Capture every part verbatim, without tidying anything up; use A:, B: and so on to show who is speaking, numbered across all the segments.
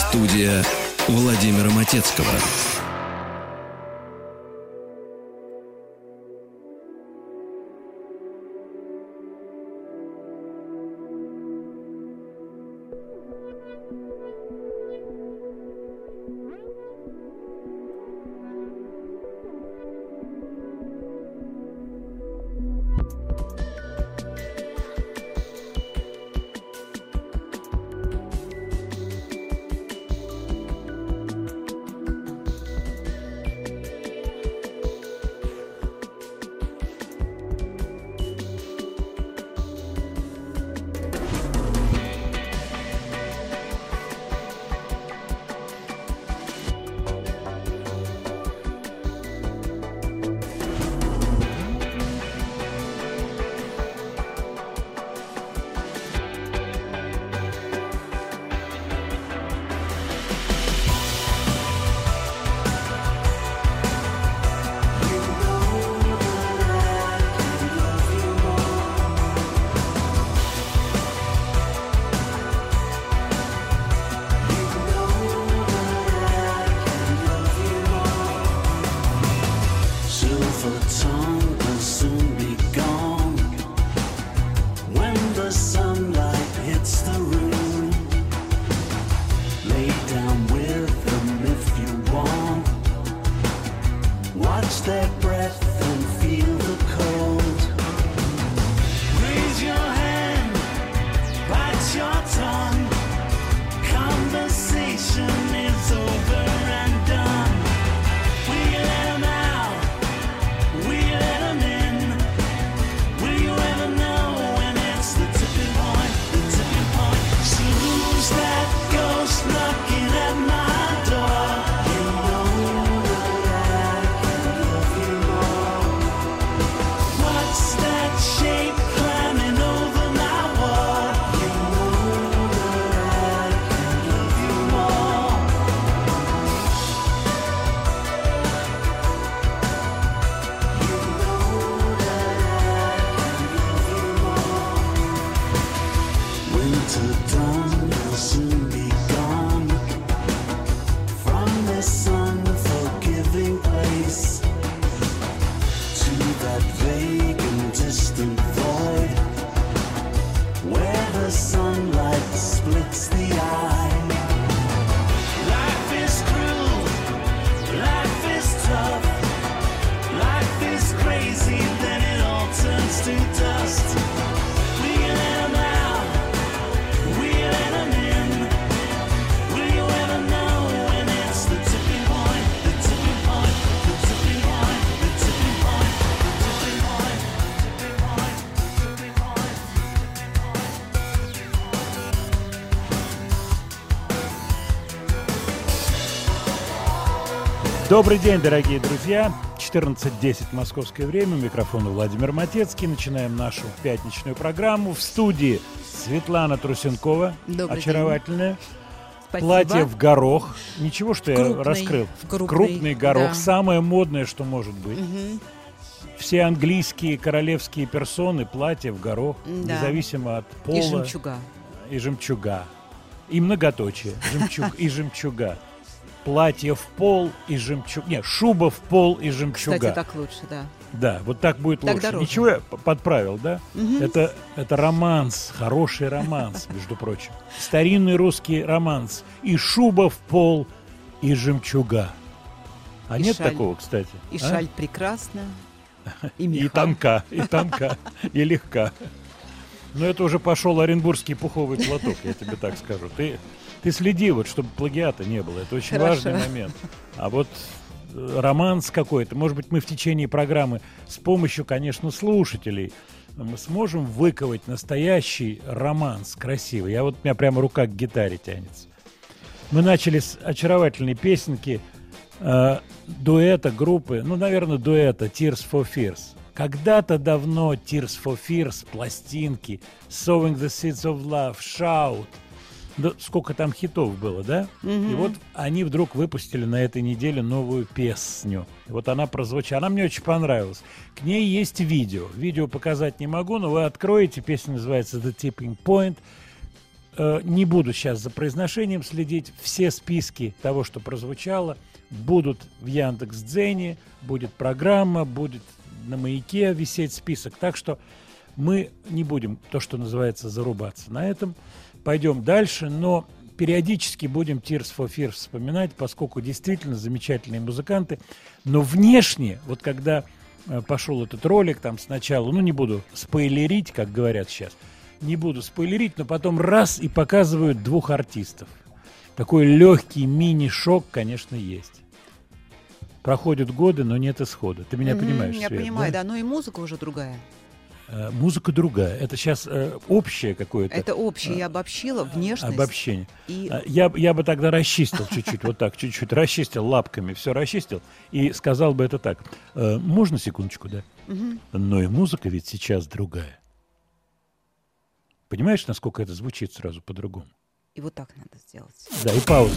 A: Студия Владимира Матецкого.
B: Добрый день, дорогие друзья. четырнадцать десять московское время. У микрофона Владимир Матецкий. Начинаем нашу пятничную программу. В студии Светлана Трусенкова. Добрый очаровательная. День. Платье в горох. Ничего, что крупный, я раскрыл.
C: Крупный,
B: крупный горох.
C: Да.
B: Самое модное, что может быть. Угу. Все английские королевские персоны платье в горох. Да. Независимо от пола.
C: И жемчуга.
B: И жемчуга. И многоточие. Жемчуг и жемчуга. Платье в пол и жемчуг. Не, шуба в пол и жемчуга.
C: Кстати, так лучше, да.
B: Да, вот так будет
C: так
B: лучше.
C: Дороже.
B: Ничего я подправил, да?
C: Угу.
B: Это, это романс, хороший романс, между прочим. Старинный русский романс. И шуба в пол и жемчуга. А
C: и
B: нет
C: шаль.
B: такого, кстати?
C: И
B: а?
C: шаль прекрасна, и меха.
B: И тонка, и тонка, и легка. Но это уже пошел оренбургский пуховый платок, я тебе так скажу. Ты... Ты следи, вот, чтобы плагиата не было. Это очень
C: Хорошо.
B: важный момент. А вот романс какой-то, может быть, мы в течение программы с помощью, конечно, слушателей мы сможем выковать настоящий романс красивый. Я вот, у меня прямо рука к гитаре тянется. Мы начали с очаровательной песенки э, дуэта группы, ну, наверное, дуэта Tears for Fears. Когда-то давно Tears for Fears, пластинки, Sowing the Seeds of Love, Shout. Да, сколько там хитов было, да? Mm-hmm. И вот они вдруг выпустили на этой неделе новую песню. И вот она прозвучала. Она мне очень понравилась. К ней есть видео. Видео показать не могу, но вы откроете. Песня называется The Tipping Point. э, не буду сейчас за произношением следить. Все списки того, что прозвучало, будут в Яндекс.Дзене, будет программа, будет на Маяке висеть список. Так что мы не будем, то, что называется, зарубаться на этом. Пойдем дальше, но периодически будем Tears for Fears вспоминать, поскольку действительно замечательные музыканты. Но внешне, вот когда э, пошел этот ролик, там сначала, ну не буду спойлерить, как говорят сейчас, не буду спойлерить, но потом раз и показывают двух артистов. Такой легкий мини-шок, конечно, есть. Проходят годы, но нет исхода. Ты меня mm-hmm, понимаешь,
C: Я
B: Свет,
C: понимаю, да?
B: да,
C: но и музыка уже другая.
B: Э, музыка другая. Это сейчас э, общее какое-то.
C: Это общее, я обобщила внешность.
B: Обобщение.
C: И...
B: Я, я бы тогда расчистил чуть-чуть, вот так, чуть-чуть расчистил лапками, все расчистил и сказал бы это так. Э, можно секундочку, да?
C: Угу.
B: Но и музыка ведь сейчас другая. Понимаешь, насколько это звучит сразу по-другому?
C: И вот так надо сделать.
B: Да, и пауза.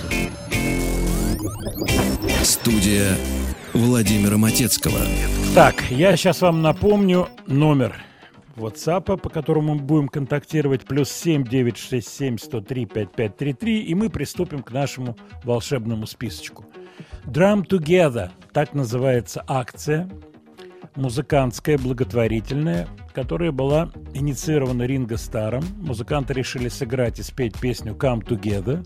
A: Студия Владимира Матецкого.
B: Так, я сейчас вам напомню номер WhatsApp, по которому мы будем контактировать, плюс семь девятьсот шестьдесят семь сто три пятьдесят пять тридцать три, и мы приступим к нашему волшебному списочку. Drum Together, так называется акция, музыкантская, благотворительная, которая была инициирована Ринго Старром. Музыканты решили сыграть и спеть песню Come Together,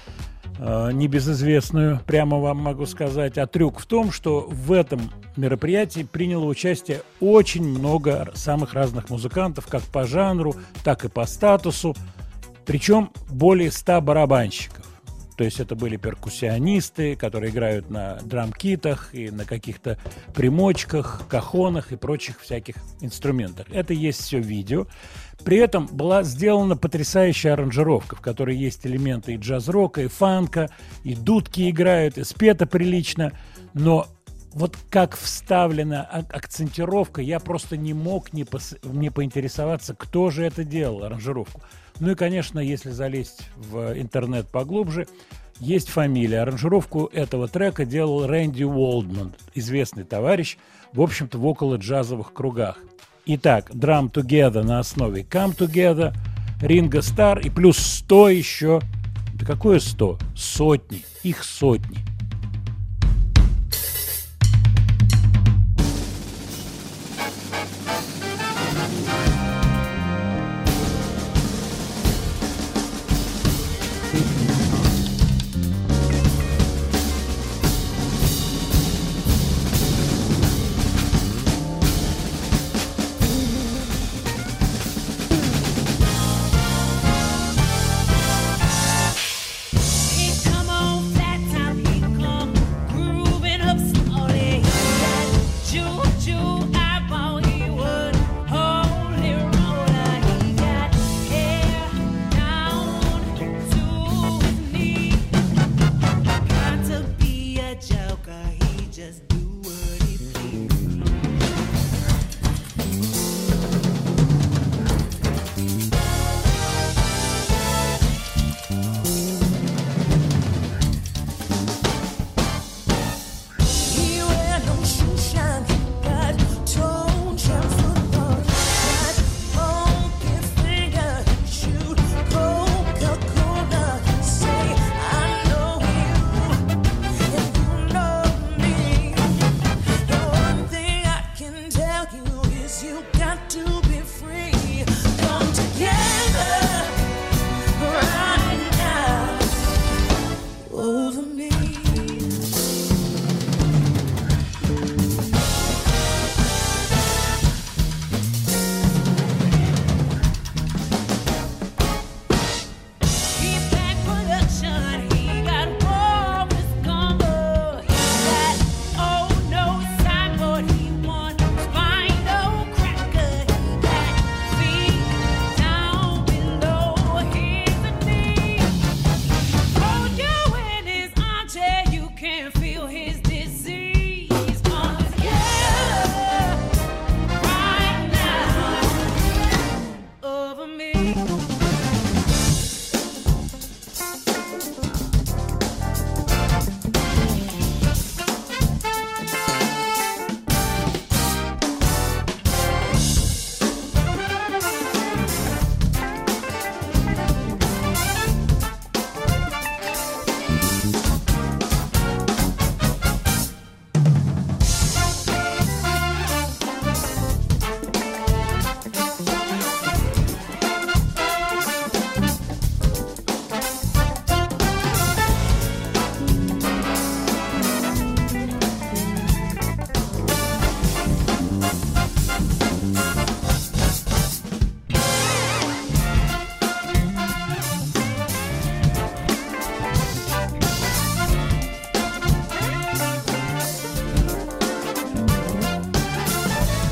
B: небезызвестную, прямо вам могу сказать. А трюк в том, что в этом мероприятии приняло участие очень много самых разных музыкантов, как по жанру, так и по статусу, причем более ста барабанщиков. То есть это были перкуссионисты, которые играют на драм-китах и на каких-то примочках, кахонах и прочих всяких инструментах. Это есть все видео. При этом была сделана потрясающая аранжировка, в которой есть элементы и джаз-рока, и фанка, и дудки играют, и спето прилично. Но вот как вставлена акцентировка, я просто не мог не, пос- не поинтересоваться, кто же это делал, аранжировку. Ну и, конечно, если залезть в интернет поглубже, есть фамилия. Аранжировку этого трека делал Рэнди Уолдман, известный товарищ, в общем-то, в около-джазовых кругах. Итак, Drum Together на основе Come Together, Ринго Старр и плюс сто еще. Да какое сто? Сотни. Их сотни.
D: Come on, flat top,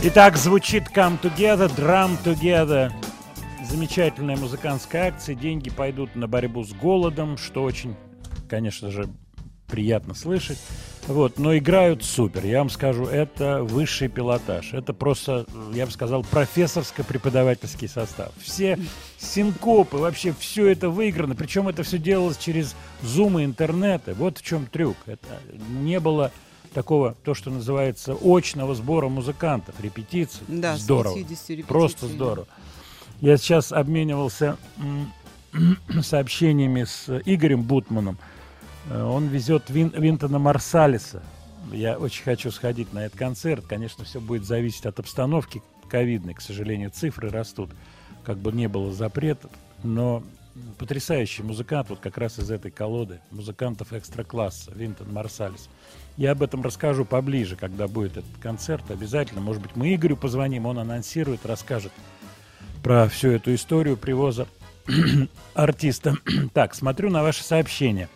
B: Итак, звучит Come Together, Drum Together. Замечательная музыкантская акция. Деньги пойдут на борьбу с голодом, что очень, конечно же, приятно слышать. Вот, но играют супер. Я вам скажу, это высший пилотаж. Это просто, я бы сказал, профессорско-преподавательский состав. Все синкопы, вообще все это выиграно. Причем это все делалось через Zoom и интернеты. Вот в чем трюк. Это не было такого, то, что называется, очного сбора музыкантов, репетиций.
C: Да,
B: здорово.
C: с
B: Просто здорово. Я сейчас обменивался сообщениями с Игорем Бутманом. Он везет Вин, Винтона Марсалиса. Я очень хочу сходить на этот концерт. Конечно, все будет зависеть от обстановки ковидной. К сожалению, цифры растут. Как бы не было запретов. Но потрясающий музыкант, вот как раз из этой колоды музыкантов экстра-класса, Винтон Марсалис. Я об этом расскажу поближе, когда будет этот концерт. Обязательно. Может быть, мы Игорю позвоним, он анонсирует, расскажет про всю эту историю привоза артиста. Так, смотрю на ваши сообщения.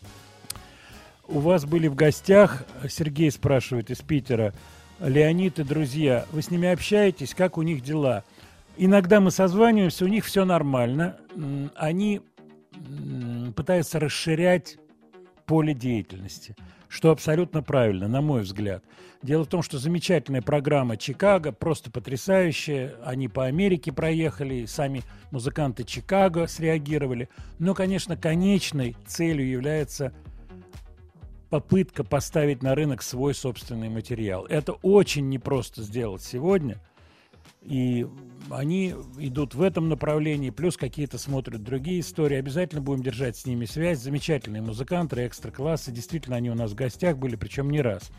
B: У вас были в гостях, Сергей спрашивает из Питера, Леонид и друзья. Вы с ними общаетесь? Как у них дела? Иногда мы созваниваемся, у них все нормально. Они пытаются расширять поле деятельности, что абсолютно правильно, на мой взгляд. Дело в том, что замечательная программа «Чикаго», просто потрясающая. Они по Америке проехали, сами музыканты Чикаго среагировали. Но, конечно, конечной целью является попытка поставить на рынок свой собственный материал. Это очень непросто сделать сегодня. И они идут в этом направлении, плюс какие-то смотрят другие истории. Обязательно будем держать с ними связь. Замечательные музыканты, экстра-классы. Действительно, они у нас в гостях были, причем не раз.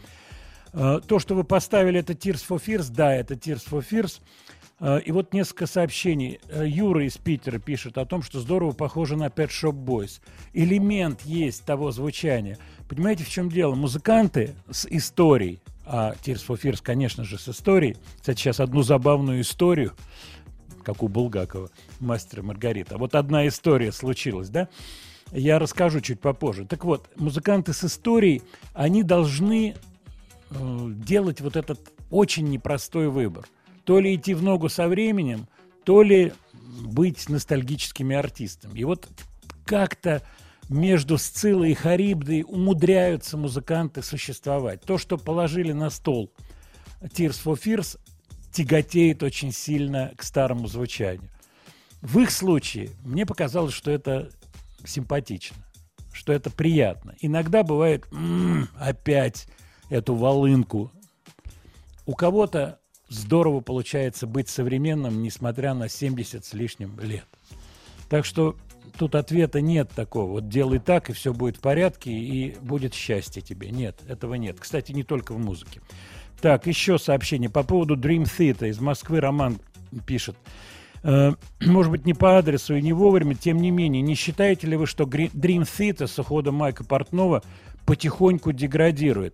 B: То, что вы поставили, это Tears for Fears. Да, это Tears for Fears. И вот несколько сообщений. Юра из Питера пишет о том, что здорово похоже на Pet Shop Boys. Элемент есть того звучания. Понимаете, в чем дело? Музыканты с историей, а Tears for Fears, конечно же, с историей. Кстати, сейчас одну забавную историю, как у Булгакова, «Мастер и Маргарита». Вот одна история случилась, да? Я расскажу чуть попозже. Так вот, музыканты с историей, они должны э, делать вот этот очень непростой выбор. То ли идти в ногу со временем, то ли быть ностальгическими артистами. И вот как-то между Сциллой и Харибдой умудряются музыканты существовать. То, что положили на стол Tears for Fears, тяготеет очень сильно к старому звучанию. В их случае мне показалось, что это симпатично, что это приятно. Иногда бывает м-м, опять эту волынку. У кого-то здорово получается быть современным, несмотря на семьдесят с лишним лет. Так что тут ответа нет такого. Вот делай так, и все будет в порядке, и будет счастье тебе. Нет, этого нет. Кстати, не только в музыке. Так, еще сообщение по поводу Dream Theater. Из Москвы Роман пишет. Э, может быть, не по адресу и не вовремя, тем не менее, не считаете ли вы, что Dream Theater с уходом Майка Портнова потихоньку деградирует?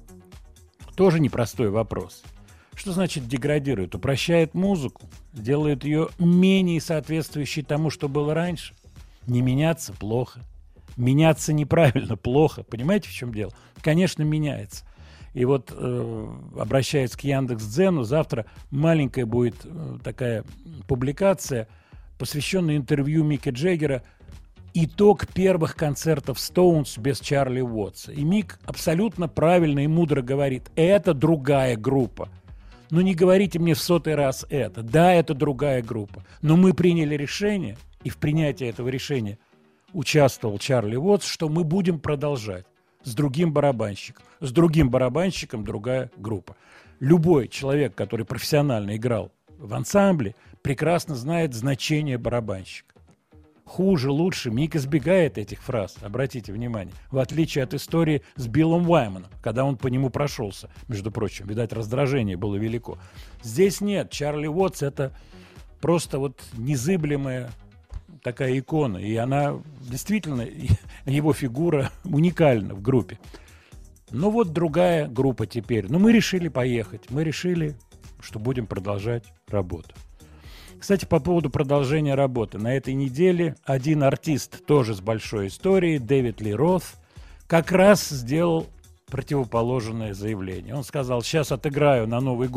B: Тоже непростой вопрос. Что значит деградирует? Упрощает музыку, делает ее менее соответствующей тому, что было раньше. Не меняться плохо. Меняться неправильно плохо. Понимаете, в чем дело? Конечно, меняется. И вот, э, обращаясь к Яндекс.Дзену, завтра маленькая будет э, такая публикация, посвященная интервью Мика Джаггера, итог первых концертов Stones без Чарли Уотса. И Мик абсолютно правильно и мудро говорит, это другая группа. Ну не говорите мне в сотый раз это. Да, это другая группа. Но мы приняли решение, и в принятии этого решения участвовал Чарли Уотс, что мы будем продолжать с другим барабанщиком. С другим барабанщиком другая группа. Любой человек, который профессионально играл в ансамбле, прекрасно знает значение барабанщика. Хуже, лучше. Мик избегает этих фраз, обратите внимание. В отличие от истории с Биллом Уайманом, когда он по нему прошелся, между прочим. Видать, раздражение было велико. Здесь нет. Чарли Уотс — это просто вот незыблемая такая икона. И она действительно, его фигура уникальна в группе. Ну вот другая группа теперь. Но мы решили поехать. Мы решили, что будем продолжать работу. Кстати, по поводу продолжения работы. На этой неделе один артист, тоже с большой историей, Дэвид Ли Рот, как раз сделал противоположное заявление. Он сказал, сейчас отыграю на Новый год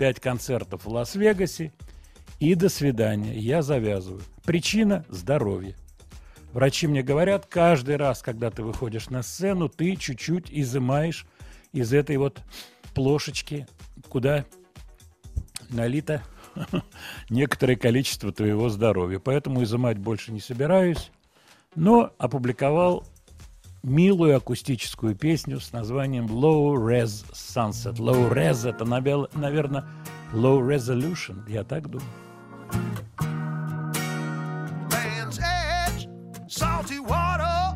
B: пять концертов в Лас-Вегасе, и до свидания, я завязываю. Причина – здоровье. Врачи мне говорят, каждый раз, когда ты выходишь на сцену, ты чуть-чуть изымаешь из этой вот плошечки, куда налито некоторое количество твоего здоровья. Поэтому изымать больше не собираюсь, но опубликовал милую акустическую песню с названием Low Res Sunset. Low Res — это, наверное, Low Resolution, я так думаю.
D: Land's edge, salty water,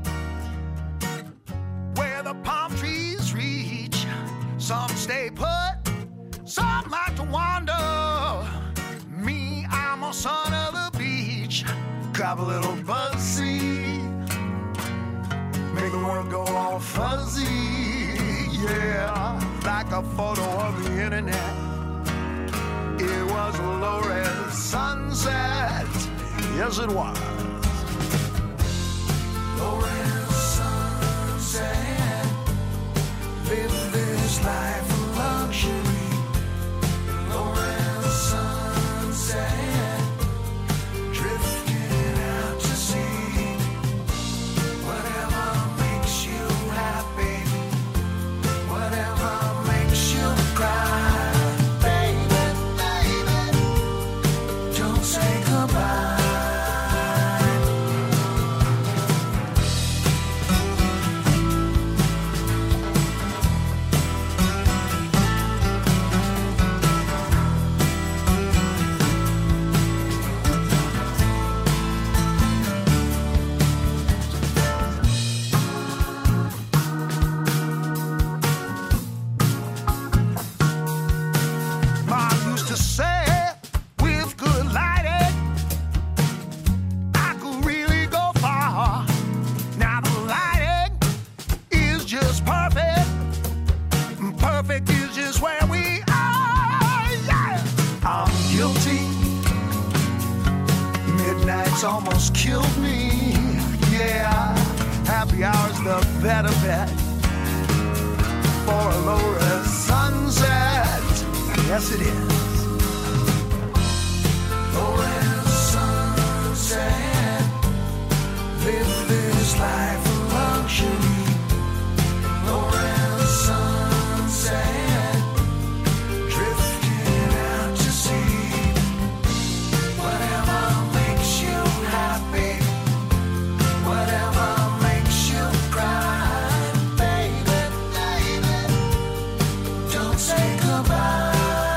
D: where the palm trees reach. Some stay put, some like to wander. Me, I'm a son of the beach. Grab a little buzzing, make the world go all fuzzy, yeah, like a photo of the internet. It was a low-res sunset, yes it was. Low-res sunset, live this life of luxury. Low-res sunset, drifting out to sea. Whatever makes you happy, whatever makes you cry, baby, baby, don't say goodbye. Mom used to say, with good lighting, I could really go far. Now the lighting is just perfect. Perfect is just where we are, yeah. I'm guilty. Midnight's almost killed me, yeah. Happy hour's the better bet for a low-res sunset. Yes, it is. Low-res sunset, live this life of luxury. Low-res sunset, drifting out to sea. Whatever makes you happy, whatever makes you cry, baby, baby, don't say goodbye.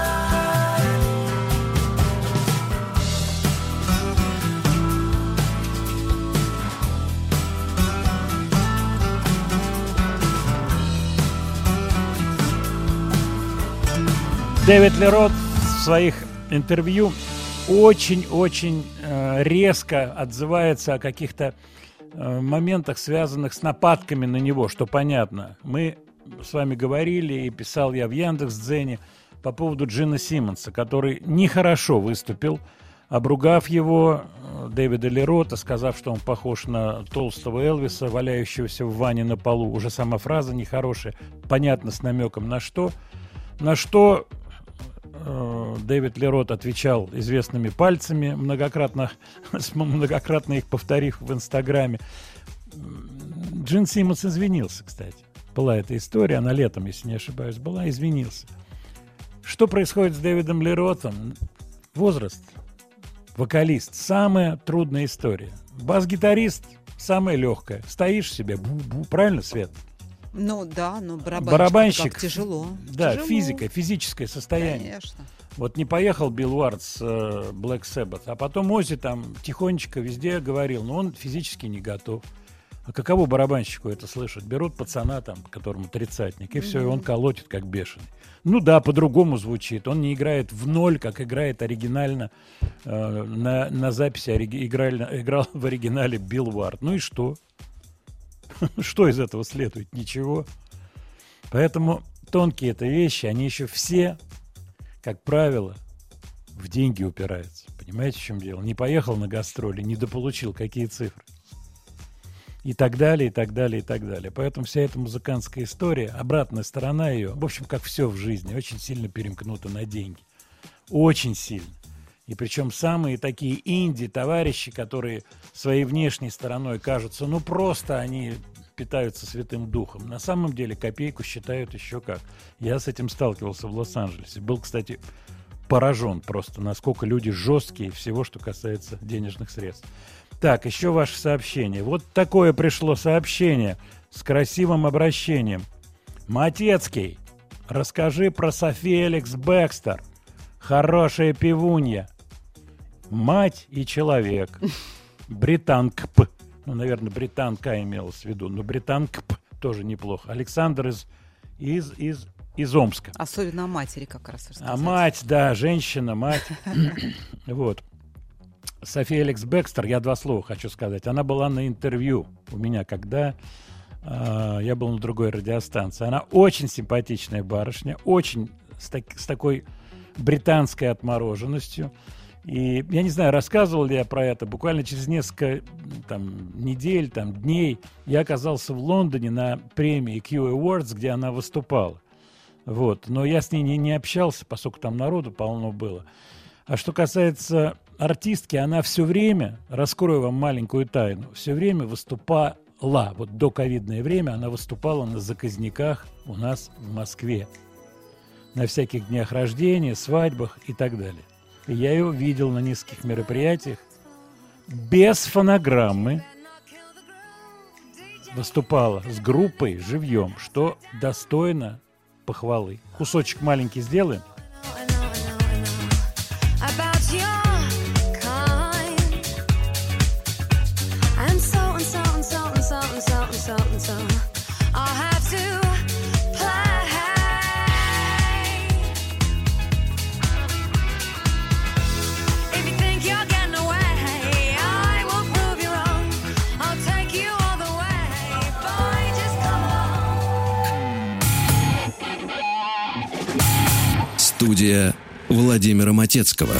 B: Дэвид Ли Рот в своих интервью очень-очень э, резко отзывается о каких-то э, моментах, связанных с нападками на него, что понятно. Мы с вами говорили, и писал я в Яндекс.Дзене по поводу Джина Симмонса, который нехорошо выступил, обругав его, э, Дэвида Ли Рота, сказав, что он похож на толстого Элвиса, валяющегося в ванне на полу. Уже сама фраза нехорошая, понятно, с намеком на что. На что Дэвид Ли Рот отвечал известными пальцами, многократно, многократно их повторив в Инстаграме. Джин Симмонс извинился, кстати. Была эта история, она летом, если не ошибаюсь, была, извинился. Что происходит с Дэвидом Ли Ротом? Возраст, вокалист, самая трудная история. Бас-гитарист, самая легкая. Стоишь себе, бу-бу, правильно, Свет?
C: Ну да, но барабанщик,
B: Барабанщик,
C: как тяжело.
B: Да,
C: Тяжело.
B: физика, физическое состояние.
C: Конечно.
B: Вот не поехал Билл Уард с э, Black Sabbath, а потом Оззи там тихонечко везде говорил, но он физически не готов. А каково барабанщику это слышать? Берут пацана там, которому тридцатник, и все, и он колотит как бешеный. Ну да, по-другому звучит. Он не играет в ноль, как играет оригинально э, на, на записи ориги, игрально, играл в оригинале Билл Уард. Ну и что? Что из этого следует? Ничего. Поэтому тонкие это вещи, они еще все, как правило, в деньги упираются. Понимаете, в чем дело? Не поехал на гастроли, не дополучил какие цифры. И так далее, и так далее, и так далее. Поэтому вся эта музыкантская история, обратная сторона ее, в общем, как все в жизни, очень сильно перемкнута на деньги. очень сильно. И причем самые такие инди-товарищи, которые своей внешней стороной кажутся, ну просто они питаются Святым Духом. На самом деле копейку считают еще как. Я с этим сталкивался в Лос-Анджелесе. Был, кстати, поражен просто, насколько люди жесткие всего, что касается денежных средств. Так, еще ваше сообщение. Вот такое пришло сообщение с красивым обращением. Матецкий, расскажи про Софи Эликс Бекстер. Хорошая певунья. Мать и человек. Британкп. Ну, наверное, британка имелось в виду. Но британкп тоже неплохо. Александр из, из, из, из Омска.
C: Особенно о матери как раз рассказать.
B: А мать, да, женщина, мать. Вот. Софи Эликс Бекстер, я два слова хочу сказать. Она была на интервью у меня, когда э, я был на другой радиостанции. Она очень симпатичная барышня, очень с, так, с такой британской отмороженностью. И я не знаю, рассказывал ли я про это. Буквально через несколько там, недель, там, дней я оказался в Лондоне на премии Q Awards, где она выступала. Вот. Но я с ней не, не общался, поскольку там народу полно было. А что касается артистки, она все время, раскрою вам маленькую тайну, все время выступала, вот до ковидное время она выступала на заказниках у нас в Москве. На всяких днях рождения, свадьбах и так далее. И я ее видел на нескольких мероприятиях без фонограммы. Выступала с группой живьем, что достойно похвалы. Кусочек маленький сделаем.
A: Студия Владимира Матецкого.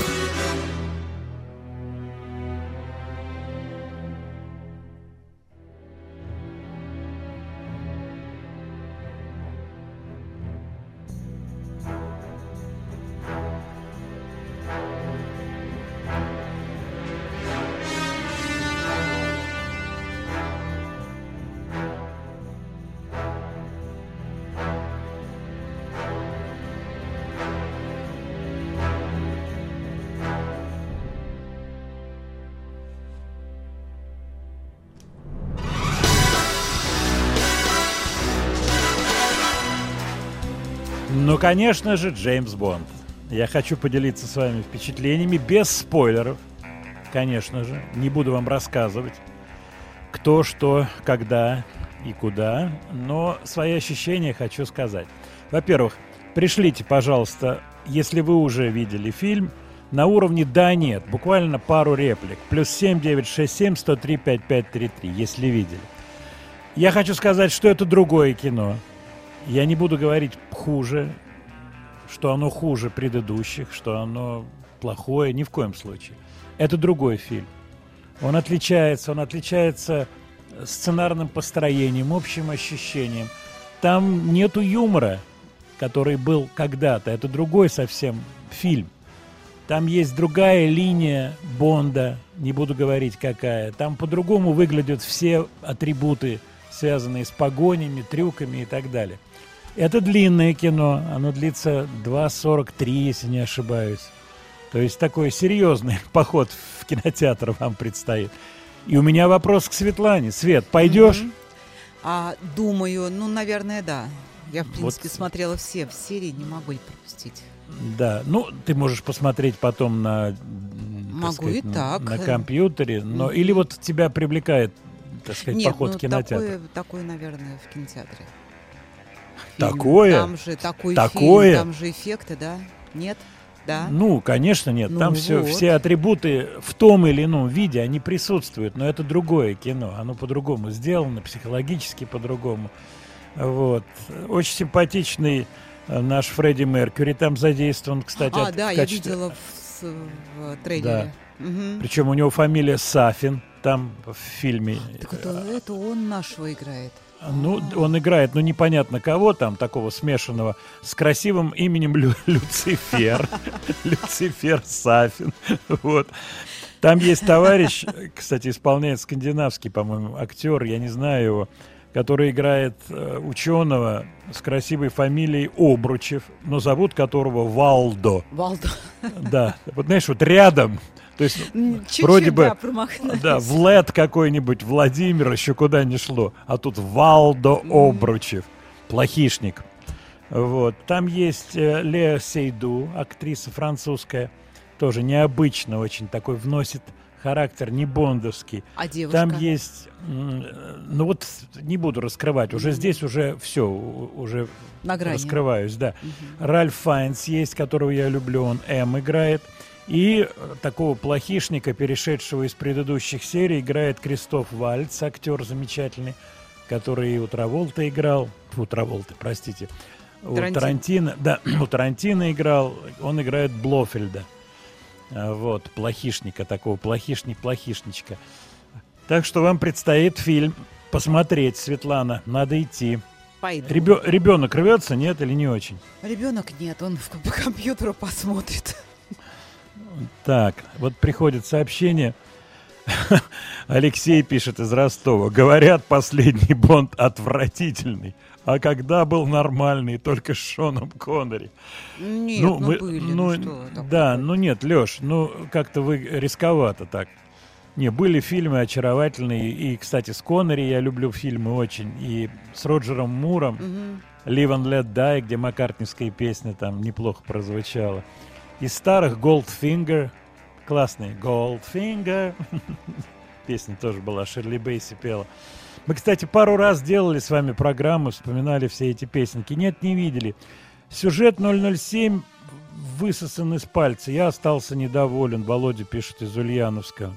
B: Ну, конечно же, Джеймс Бонд. Я хочу поделиться с вами впечатлениями без спойлеров. Конечно же, не буду вам рассказывать, кто, что, когда и куда, но свои ощущения хочу сказать. Во-первых, пришлите, пожалуйста, если вы уже видели фильм, на уровне «да-нет», буквально пару реплик. Плюс семь девятьсот шестьдесят семь сто три пятьдесят пять тридцать три, если видели. Я хочу сказать, что это другое кино. Я не буду говорить хуже, что оно хуже предыдущих, что оно плохое, ни в коем случае. Это другой фильм. Он отличается, он отличается сценарным построением, общим ощущением. Там нету юмора, который был когда-то. Это другой совсем фильм. Там есть другая линия Бонда, не буду говорить какая. Там по-другому выглядят все атрибуты, связанные с погонями, трюками и так далее. Это длинное кино, оно длится два сорок три, если не ошибаюсь. То есть такой серьезный поход в кинотеатр вам предстоит. И у меня вопрос к Светлане. Свет, пойдешь?
C: Mm-hmm. А, думаю, ну, наверное, да. Я, в принципе,
B: Вот.
C: смотрела все в серии, не могу их пропустить.
B: Да, ну, ты можешь посмотреть потом на,
C: Могу
B: сказать,
C: и
B: на,
C: так.
B: на компьютере, но
C: Mm-hmm.
B: или вот тебя привлекает, так сказать,
C: Нет,
B: поход
C: ну,
B: в кинотеатр.
C: такое, такое, наверное, в кинотеатре. Фильм.
B: Такое?
C: Там же такой
B: Такое?
C: фильм, там же эффекты, да? Нет? Да?
B: Ну, конечно, нет.
C: Ну
B: Там все,
C: вот.
B: все атрибуты в том или ином виде, они присутствуют, но это другое кино. Оно по-другому сделано, психологически по-другому. Вот. Очень симпатичный э, наш Фредди Меркьюри там задействован, кстати.
C: А,
B: от-
C: да,
B: в
C: я
B: качестве-
C: видела в, с- в трейлере. Мгм.
B: Причем у него фамилия Сафин там в фильме.
C: Так это, это он нашего играет.
B: Ну, он играет, ну, непонятно кого там, такого смешанного, с красивым именем Лю- Люцифер. Люцифер Сафин. Вот. Там есть товарищ, кстати, исполняет скандинавский, по-моему, актер, я не знаю его, который играет э, ученого с красивой фамилией Обручев, но зовут которого Валдо.
C: Валдо.
B: Да, вот знаешь, вот рядом. То есть
C: Чуть-чуть,
B: вроде бы,
C: да, промахнулись.
B: да, Влад какой-нибудь, Владимир, еще куда ни шло. А тут Валдо Обручев, плохишник. Вот. Там есть э, Леа Сейду, актриса французская, тоже необычно очень такой, вносит характер не бондовский.
C: А девушка?
B: Там есть, м, ну вот не буду раскрывать, уже здесь уже все, уже
C: На грани.
B: раскрываюсь, да. Ральф Файнс есть, которого я люблю, он М играет. И такого плохишника, перешедшего из предыдущих серий, играет Кристоф Вальц, актер замечательный, который и у Траволта играл, у Траволта, простите, у
C: Тарантино.
B: Тарантино, да, у Тарантино играл, он играет Блофельда, а, вот, плохишника такого, плохишник-плохишничка. Так что вам предстоит фильм посмотреть, Светлана, надо идти.
C: Пойду.
B: Ребё- ребенок рвется, нет, или не очень?
C: Ребенок нет, он в- по компьютеру посмотрит.
B: Так, вот приходит сообщение. Алексей пишет из Ростова. Говорят, последний Бонд отвратительный. А когда был нормальный, только с Шоном Коннери.
C: Нет, ну,
B: мы-
C: были,
B: ну,
C: ну, что такое?
B: да, ну нет, Леш, ну как-то вы рисковато так. Не, были фильмы очаровательные. И, кстати, с Коннери я люблю фильмы очень. И с Роджером Муром.
C: Мгм.
B: Live and Let Die, где маккартнийская песня там неплохо прозвучала. Из старых Goldfinger, классный Goldfinger, песня тоже была, Ширли Бейси пела. Мы, кстати, пару раз делали с вами программу, вспоминали все эти песенки. Нет, не видели. Сюжет ноль ноль семь высосан из пальца. Я остался недоволен, Володя пишет из Ульяновска.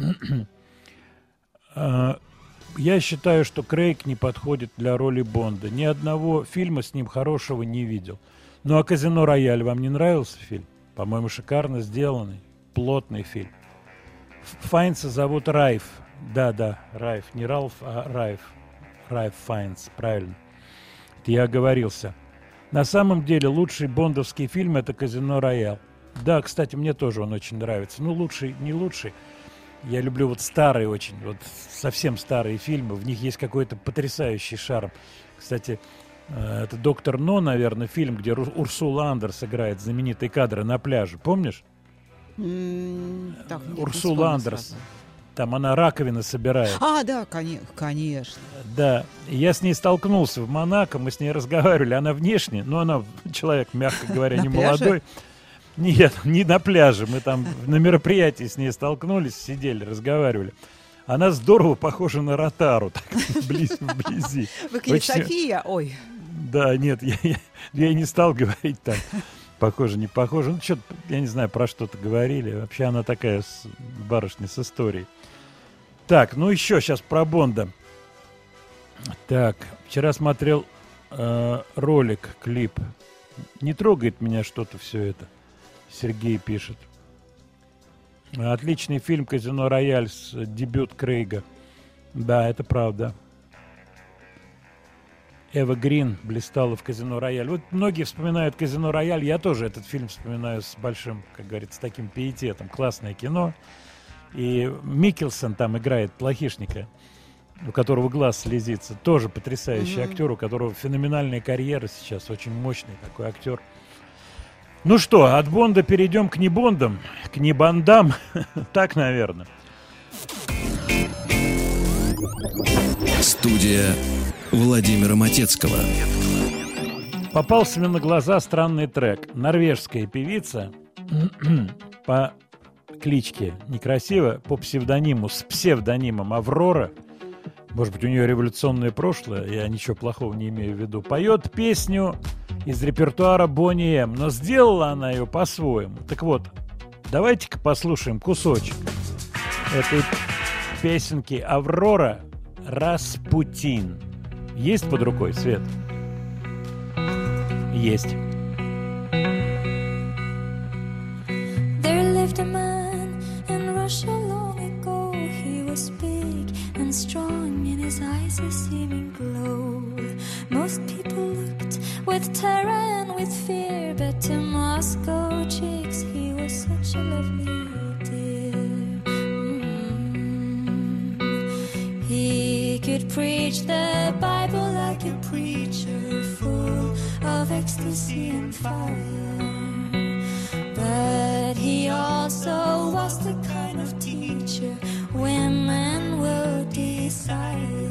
B: А, Я считаю, что Крейг не подходит для роли Бонда. Ни одного фильма с ним хорошего не видел. Ну а «Казино Рояль» вам не нравился фильм? По-моему, шикарно сделанный, плотный фильм. Ф- Файнса зовут Райф. Да-да, Райф. Не Ралф, а Райф. Райф Файнс, правильно. Это я оговорился. На самом деле, лучший бондовский фильм — это «Казино Рояль». Да, кстати, мне тоже он очень нравится. Ну, лучший, не лучший. Я люблю вот старые очень, вот совсем старые фильмы. В них есть какой-то потрясающий шарм. Кстати, э, это «Доктор Но», наверное, фильм, где Ру- Урсула Андерс играет знаменитые кадры на пляже. Помнишь?
C: М, так, нет, не
B: Урсула
C: вспомню
B: Андерс.
C: сразу.
B: Там она раковины собирает.
C: А, да, коне- конечно.
B: Да. И я с ней столкнулся в Монако, мы с ней разговаривали. Она внешне, но она человек, мягко говоря,
C: На
B: не
C: пляже?
B: молодой. Нет, не на пляже. Мы там на мероприятии с ней столкнулись, сидели, разговаривали. Она здорово похожа на Ротару, так, вблизи. вблизи.
C: Вы говорите,
B: Очень-
C: София, ой,
B: Да, нет, я, я, я и не стал говорить там. Похоже, не похоже. Ну, что-то, я не знаю, про что-то говорили. Вообще она такая с- барышня с историей. Так, ну еще сейчас про Бонда. Так, вчера смотрел э, ролик, клип. Не трогает меня что-то все это. Сергей пишет. Отличный фильм «Казино Рояль», с дебют Крейга. Да, это правда. Эва Грин блистала в «Казино Рояль». Вот многие вспоминают «Казино Рояль». Я тоже этот фильм вспоминаю с большим, как говорится, с таким пиететом. Классное кино. И Миккелсон там играет плохишника, у которого глаз слезится. Тоже потрясающий
C: Мгм.
B: актер, у которого феноменальная карьера сейчас. Очень мощный такой актер. Ну что, от Бонда перейдем к небондам, к небондам. Так, наверное.
A: Студия Владимира Матецкого.
B: Попался мне на глаза странный трек. Норвежская певица по кличке некрасиво, по псевдониму, с псевдонимом Аврора. Может быть, у нее революционное прошлое, я ничего плохого не имею в виду. Поет песню из репертуара Бонни М, но сделала она ее по-своему. Так вот, давайте-ка послушаем кусочек этой песенки «Аврора Распутин». Есть под рукой, Свет? Есть.
E: There lived a man in Russia long ago. He was big and strong, and his eyes a seeming glow. disco chicks, he was such a lovely dear. Mm. He could preach the Bible like a preacher, full of ecstasy and fire. But he also was the kind of teacher women will desire.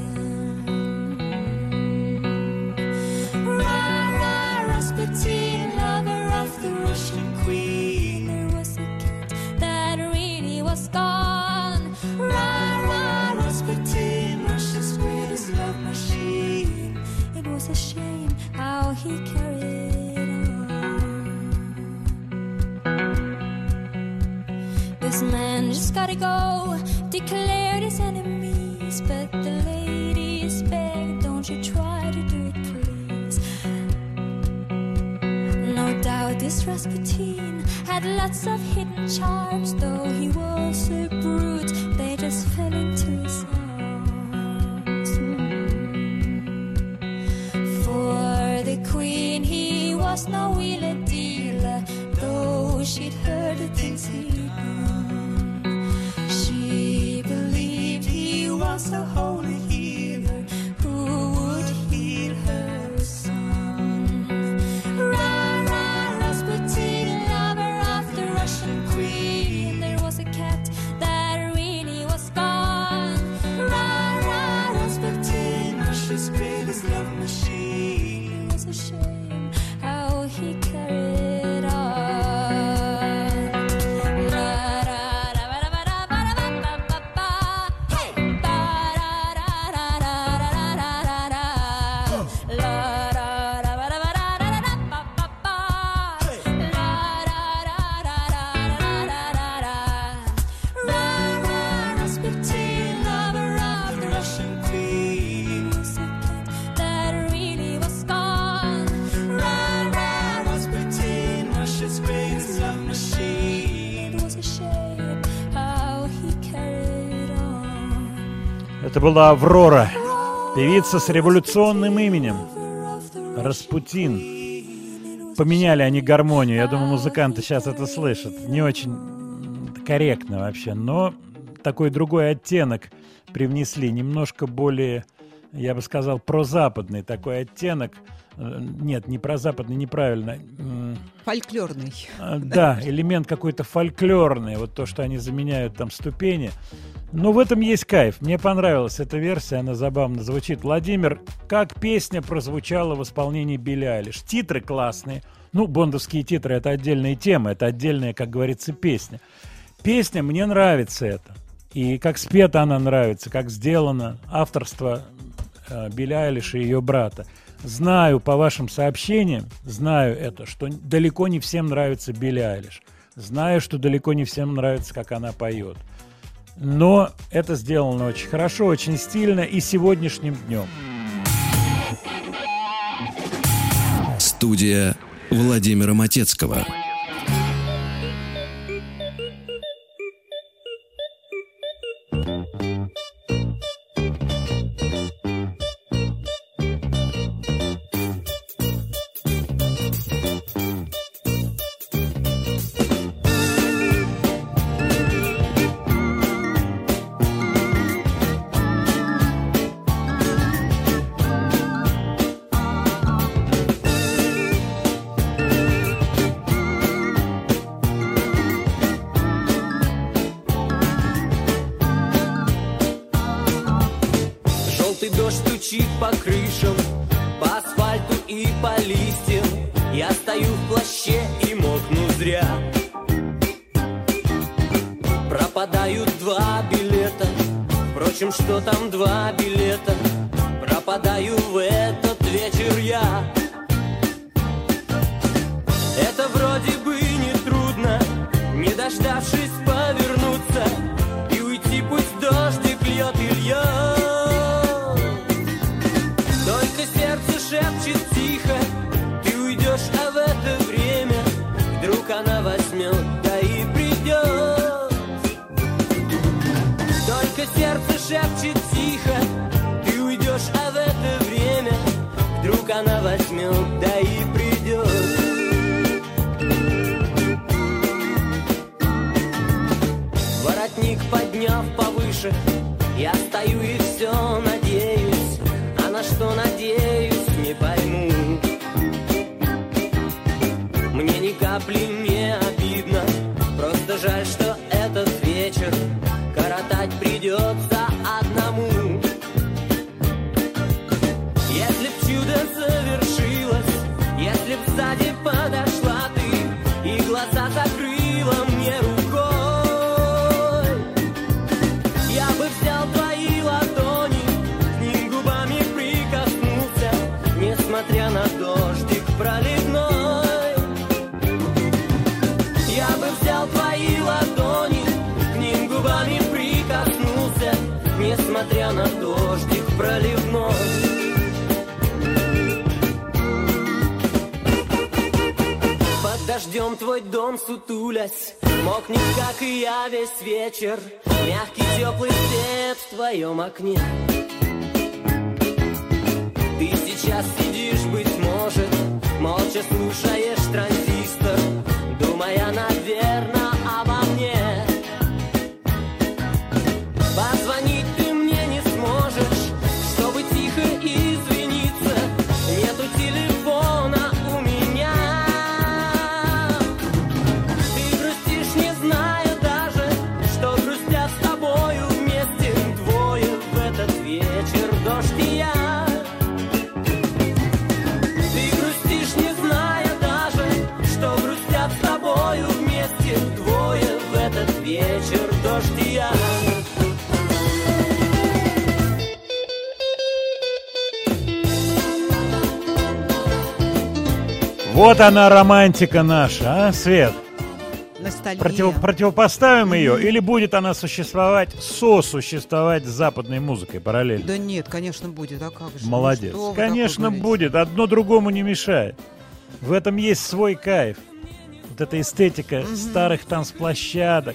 E: Ra-ra, Rasputin, lover of the Russian queen. There was a cat that really was gone. Ra-ra, Rasputin, Russia's greatest love machine. It was a shame how he carried on. This man just gotta go, declared his enemies, but the ladies begged, don't you try to do it, please. No doubt this Rasputin had lots of hidden charms, though he was a brute, they just fell into his arms. For the queen he was no wheeler dealer, though she'd heard the things he'd done. She believed he was a holy healer who would heal her son. Ra-ra, Rasputin, lover of the Russian queen. There was a cat that really was gone. Ra-ra, Rasputin, Russia's greatest love machine. It was a shame how he carried on.
B: Это была Аврора, певица с революционным именем Распутин. Поменяли они гармонию. Я думаю, музыканты сейчас это слышат. Не очень корректно вообще, но такой другой оттенок привнесли. Немножко более, я бы сказал, прозападный такой оттенок. Нет, не прозападный, неправильно.
C: Фольклорный.
B: Да, элемент какой-то фольклорный. Вот то, что они заменяют там ступени. Но в этом есть кайф. Мне понравилась эта версия, она забавно звучит. Владимир, как песня прозвучала в исполнении Билли Айлиш? Титры классные. Ну, бондовские титры — это отдельная тема, это отдельная, как говорится, песня. Песня, мне нравится это. И как спета она нравится, как сделано. Авторство э, Билли Айлиш и ее брата. Знаю по вашим сообщениям, знаю это, что далеко не всем нравится Билли Айлиш. Знаю, что далеко не всем нравится, как она поет. Но это сделано очень хорошо, очень стильно и сегодняшним днем.
A: Студия Владимира Матецкого.
F: По крышам, по асфальту и по листьям. Я стою в плаще и мокну зря. Пропадают два билета. Впрочем, что там два билета? Пропадаю в этот вечер я. Это вроде бы не трудно, не дождавшись повернуться и уйти, пусть дождик льет и льет. Шепчет тихо, ты уйдешь, а в это время вдруг она возьмет, да и придет. Только сердце шепчет тихо, ты уйдешь, а в это время вдруг она возьмет, да и придет. подняв повыше. Я стою и все надеюсь, а на что надеюсь, не пойму. Мне ни капли не обидно, просто жаль, что этот вечер коротать придется одному. Если б чудо завершилось, если б сзади подошла ты и глаза закрыла мне рукой, я бы взял твои ладони, к ним губами прикоснулся, несмотря на дождик проливной. Я бы взял твои ладони, к ним губами прикоснулся, несмотря на дождик проливной. Под дождем твой дом сутулясь, мокнет, как и я, весь вечер. Мягкий теплый свет в твоем окне. Ты сейчас сидишь, быть может, молча слушаешь транзистор, думая, наверное, обо мне. Позвонить ты мне не сможешь, чтобы тихо извиниться. Нету телефона у меня. Ты грустишь, не зная даже, что грустят с тобою вместе двое в этот вечер, дождь и я. Ты грустишь, не зная даже, что грустят с тобою вместе двое в этот вечер, дождь и я.
B: Вот она, романтика наша, а, Свет?
C: Ностальгия.
B: Против- противопоставим ее, или будет она существовать, сосуществовать с западной музыкой параллельно?
C: Да нет, конечно, будет. А как же? Ну,
B: Молодец.
C: что вы
B: Конечно,
C: такое говорите?
B: будет. Одно другому не мешает. В этом есть свой кайф. Вот эта эстетика старых танцплощадок.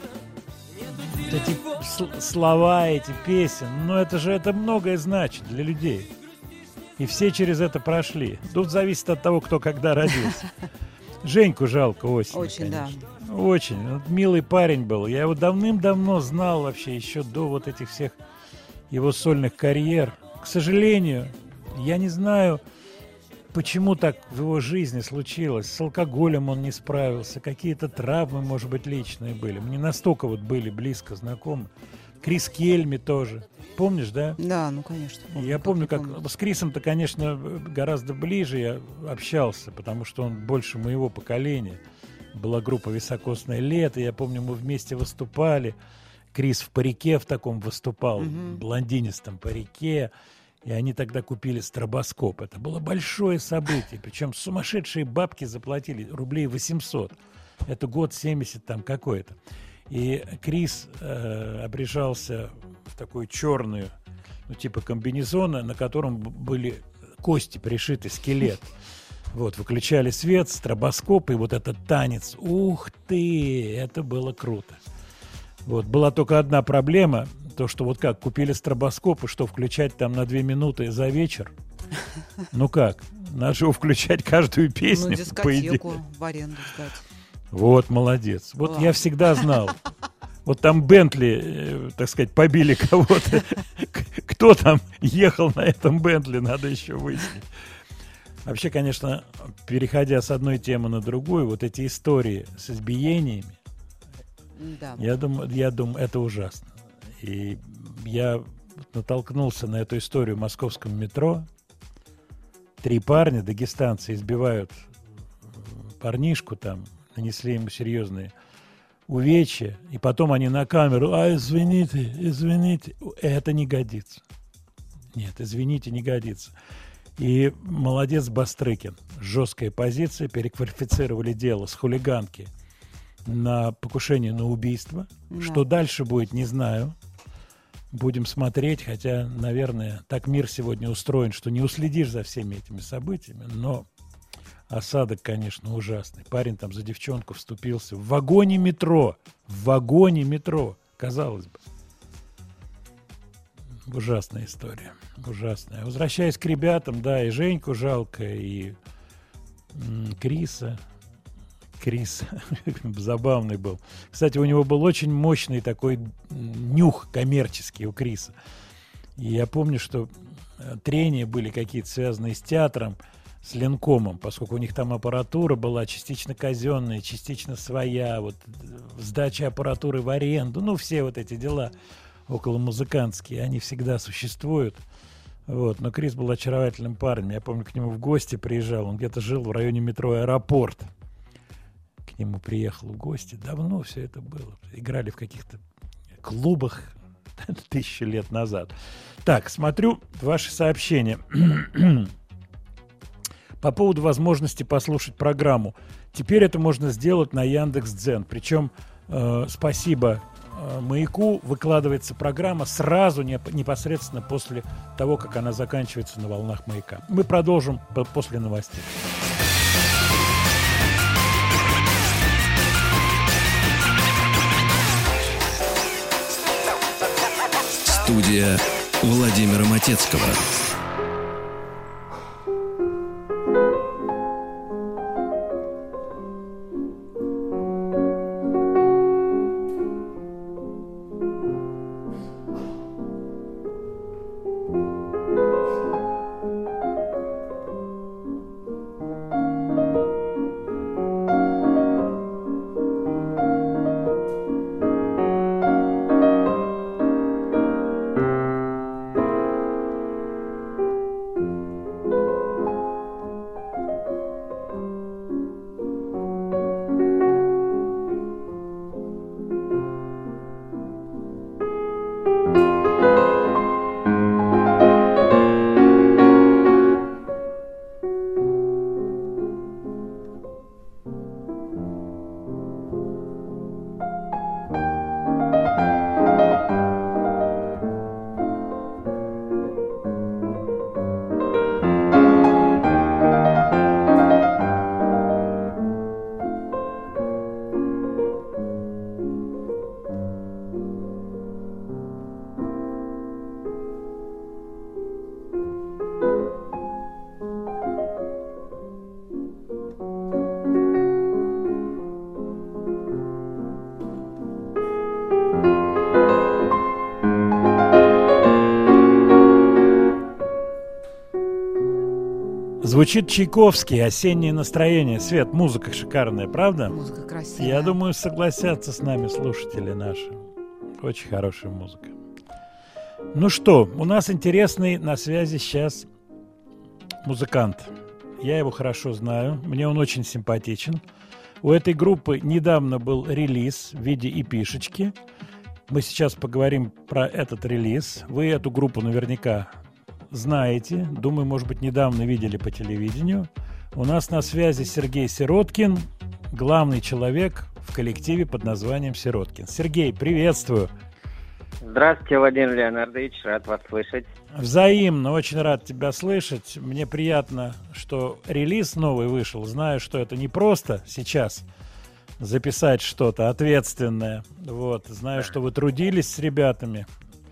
B: Вот эти с- слова, эти песен. Но это же это многое значит для людей. И все через это прошли. Тут зависит от того, кто когда родился. Женьку жалко осенью,
C: Очень, да.
B: конечно. Очень. Вот милый парень был. Я его давным-давно знал вообще, еще до вот этих всех его сольных карьер. К сожалению, я не знаю, почему так в его жизни случилось. С алкоголем он не справился, какие-то травмы, может быть, личные были. Мы не настолько вот были близко знакомы. Крис Кельми тоже. Помнишь, да?
C: Да, ну конечно. помню,
B: Я помню,
C: не
B: как
C: помню.
B: с Крисом-то, конечно, гораздо ближе я общался, потому что он больше моего поколения. Была группа «Високосное лето», я помню, мы вместе выступали. Крис в парике в таком выступал,
C: Мгм.
B: блондинистом парике. И они тогда купили стробоскоп. Это было большое событие. Причем сумасшедшие бабки заплатили, рублей восемьсот. Это год семьдесят там какой-то. И Крис э, обрежался в такую черную, ну типа комбинезона, на котором б- были кости пришиты, скелет. Вот, выключали свет, стробоскоп, и вот этот танец. Ух ты, это было круто. Вот, была только одна проблема, то, что вот как, купили стробоскоп, и что, включать там на две минуты за вечер? Ну как, надо же его включать каждую песню,
C: Ну,
B: по идее.
C: дискотеку в аренду сдать.
B: Вот, молодец. Вот
C: Ладно.
B: я всегда знал. Вот там Бентли, э, так сказать, побили кого-то. К- Кто там ехал на этом Бентли, надо еще выяснить. Вообще, конечно, переходя с одной темы на другую, вот эти истории с избиениями,
C: Да.
B: я думаю, я думаю, это ужасно. И я натолкнулся на эту историю в московском метро. Три парня, дагестанцы, избивают парнишку там, нанесли ему серьезные увечья, и потом они на камеру: а, извините, извините. Это не годится. Нет, извините, не годится. И молодец Бастрыкин. Жесткая позиция, переквалифицировали дело с хулиганки на покушение на убийство.
C: Да.
B: Что дальше будет, не знаю. Будем смотреть, хотя, наверное, так мир сегодня устроен, что не уследишь за всеми этими событиями, но осадок, конечно, ужасный. Парень там за девчонку вступился в вагоне метро. В вагоне метро, казалось бы. Ужасная история. Ужасная. Возвращаясь к ребятам, да, и Женьку жалко, и м, Криса. Крис забавный был. Кстати, у него был очень мощный такой нюх коммерческий у Криса. И я помню, что трения были какие-то связанные с театром, с Ленкомом, поскольку у них там аппаратура была частично казенная, частично своя, вот сдача аппаратуры в аренду, ну, все вот эти дела околомузыкантские, они всегда существуют. Вот. Но Крис был очаровательным парнем. Я помню, к нему в гости приезжал, он где-то жил в районе метро «Аэропорт». К нему приехал в гости, давно все это было. Играли в каких-то клубах тысячу лет назад. Так, смотрю ваши сообщения. По поводу возможности послушать программу. Теперь это можно сделать на Яндекс.Дзен. Причем, э, спасибо э, Маяку, выкладывается программа сразу, не, непосредственно после того, как она заканчивается на волнах Маяка. Мы продолжим по- после новостей.
A: Студия Владимира Матецкого.
B: Звучит Чайковский, «Осеннее настроение». Свет, музыка шикарная, правда?
C: Музыка красивая.
B: Я думаю, согласятся с нами слушатели наши. Очень хорошая музыка. Ну что, у нас интересный на связи сейчас музыкант. Я его хорошо знаю, мне он очень симпатичен. У этой группы недавно был релиз в виде и-пишечки. Мы сейчас поговорим про этот релиз. Вы эту группу наверняка знаете. Думаю, может быть, недавно видели по телевидению. У нас на связи Сергей Сироткин, главный человек в коллективе под названием «Сироткин». Сергей, приветствую.
G: Здравствуйте, Владимир Леонардович, рад вас слышать.
B: Взаимно, очень рад тебя слышать. Мне приятно, что релиз новый вышел. Знаю, что это не просто сейчас записать что-то ответственное. Вот. Знаю, что вы трудились с ребятами.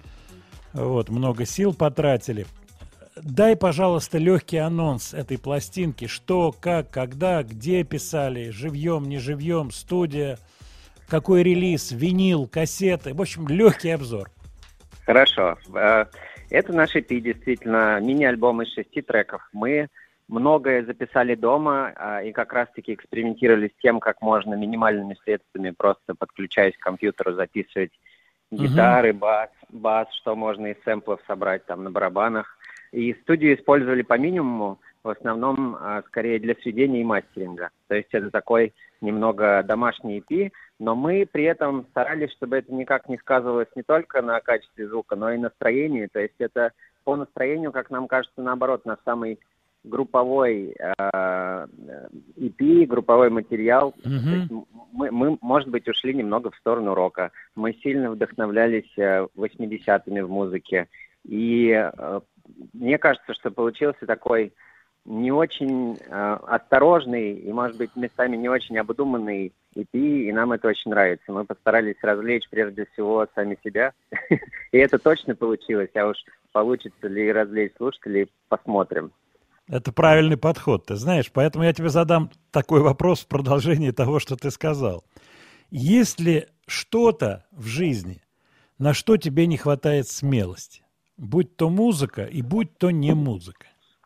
B: Вот. Много сил потратили. Дай, пожалуйста, легкий анонс этой пластинки. Что, как, когда, где писали, живьем, не живьем, студия, какой релиз, винил, кассеты. В общем, легкий обзор.
G: Хорошо. Это наш и пи, действительно, мини-альбом из шести треков. Мы многое записали дома и как раз-таки экспериментировали с тем, как можно минимальными средствами, просто подключаясь к компьютеру, записывать гитары, uh-huh. бас, бас, что можно из сэмплов собрать там на барабанах. И студию использовали по минимуму, в основном, скорее для сведения и мастеринга. То есть это такой немного домашний и пи, но мы при этом старались, чтобы это никак не сказывалось не только на качестве звука, но и настроении. То есть это по настроению, как нам кажется, наоборот, на самый групповой э, и пи, групповой материал. Mm-hmm. То есть мы, мы, может быть, ушли немного в сторону рока. Мы сильно вдохновлялись восьмидесятыми в музыке. И э, мне кажется, что получился такой не очень э, осторожный и, может быть, местами не очень обдуманный и пи, и нам это очень нравится. Мы постарались развлечь прежде всего сами себя, и это точно получилось, а уж получится ли развлечь слушателей, посмотрим.
B: Это правильный подход, ты знаешь. Поэтому я тебе задам такой вопрос в продолжении того, что ты сказал. Есть ли что-то в жизни, на что тебе не хватает смелости? Будь то музыка и будь то не музыка.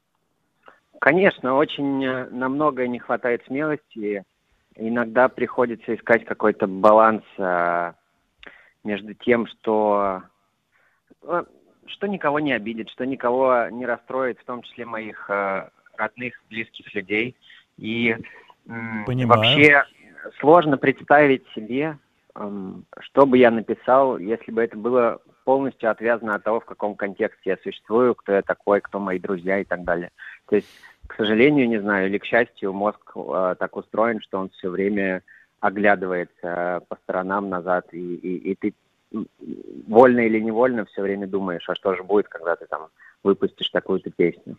G: Конечно, очень э, на многое не хватает смелости. Иногда приходится искать какой-то баланс э, между тем, что, э, что никого не обидит, что никого не расстроит, в том числе моих э, родных, близких людей. И э, вообще сложно представить себе, э, что бы я написал, если бы это было полностью отвязано от того, в каком контексте я существую, кто я такой, кто мои друзья и так далее. То есть, к сожалению, не знаю, или к счастью, мозг э, так устроен, что он все время оглядывается э, по сторонам назад, и, и, и ты вольно или невольно все время думаешь, а что же будет, когда ты там выпустишь такую-то песню.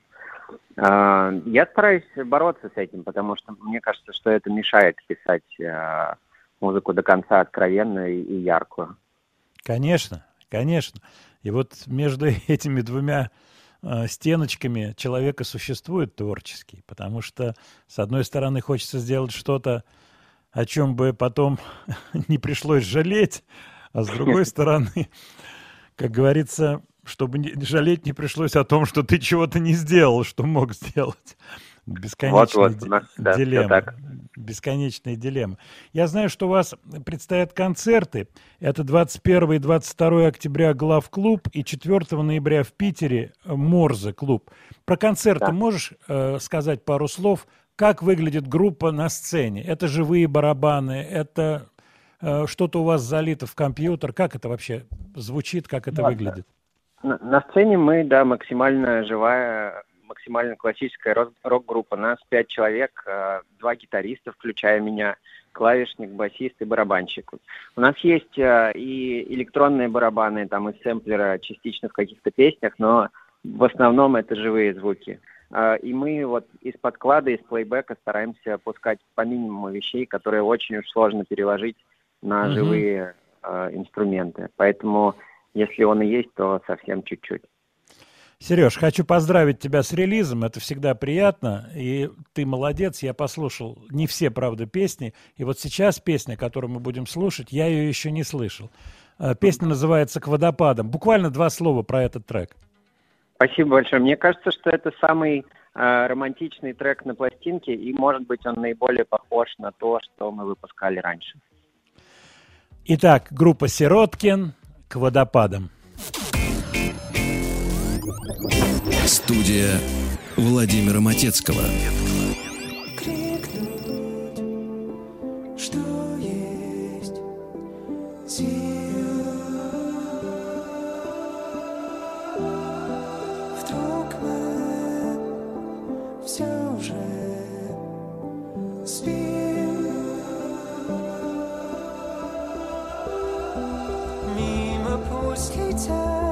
G: Э, я стараюсь бороться с этим, потому что мне кажется, что это мешает писать э, музыку до конца откровенную и, и яркую.
B: Конечно, конечно. И вот между этими двумя стеночками человека существует творческий, потому что, с одной стороны, хочется сделать что-то, о чем бы потом не пришлось жалеть, а с другой стороны, как говорится, чтобы не, жалеть не пришлось о том, что ты чего-то не сделал, что мог сделать. Бесконечная
G: вот, вот, да,
B: дилемма. Бесконечные дилеммы. Я знаю, что у вас предстоят концерты. Это двадцать первого и двадцать второго октября Главклуб и четвёртого ноября в Питере Морзе клуб. Про концерты да. можешь э, сказать пару слов? Как выглядит группа на сцене? Это живые барабаны? Это э, что-то у вас залито в компьютер? Как это вообще звучит? Как это да, выглядит?
G: На, на сцене мы, да, максимально живая... максимально классическая рок-группа. Нас пять человек, два гитариста, включая меня, клавишник, басист и барабанщик. У нас есть и электронные барабаны, там, и сэмплеры частично в каких-то песнях, но в основном это живые звуки. И мы вот из подклада, из плейбека стараемся пускать по минимуму вещей, которые очень уж сложно переложить на mm-hmm. живые инструменты. Поэтому, если он и есть, то совсем чуть-чуть.
B: Сереж, хочу поздравить тебя с релизом, это всегда приятно, и ты молодец, я послушал не все, правда, песни, и вот сейчас песня, которую мы будем слушать, я ее еще не слышал. Песня называется «К водопадам». Буквально два слова про этот трек.
G: Спасибо большое. Мне кажется, что это самый э, романтичный трек на пластинке, и, может быть, он наиболее похож на то, что мы выпускали раньше.
B: Итак, группа «Сироткин» «К водопадам».
A: Студия Владимира Матецкого.
F: Крикнуть, что есть сил. Вдруг мы все же спим. Мимо пусть летят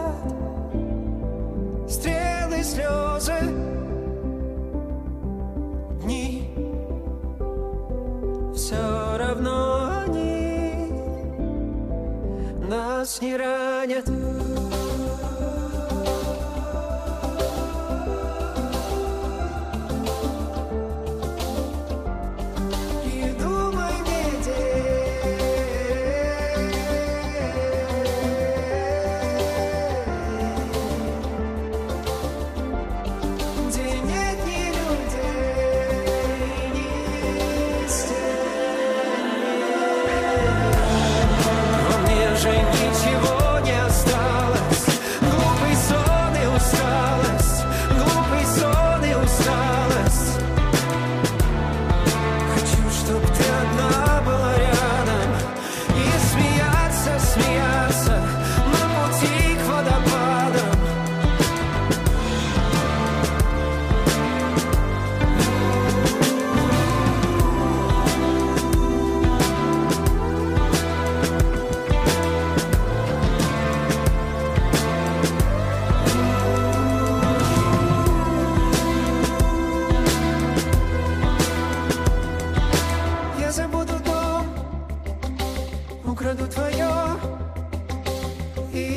F: стрелы, слезы, дни, все равно они нас не ранят. И думай, не ничего не осталось. Глупый сон и усталость, глупый сон и усталость. Хочу, чтоб ты одна была рядом и смеяться, смеяться на пути к водопадам. Украду твое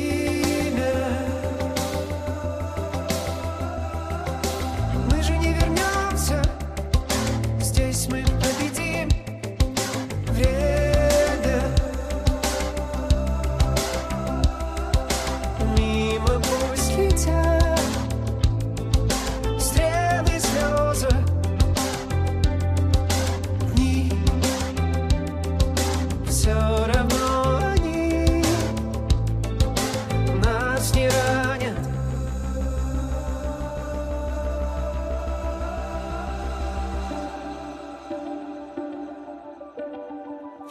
F: имя. Мы же не вернемся.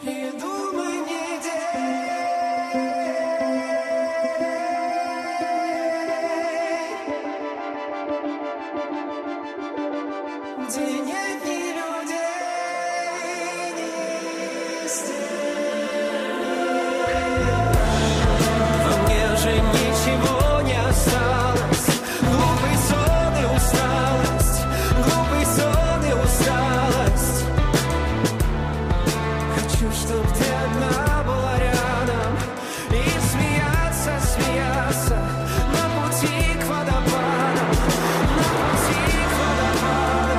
F: И думай не день. Где нет ни людей, ни стен. Во мне уже ничего не осталось. Глупый сон и усталость, глупый сон и усталость. Хочу, чтоб ты одна была рядом и смеяться, смеяться на пути к водопадам, на пути к водопадам.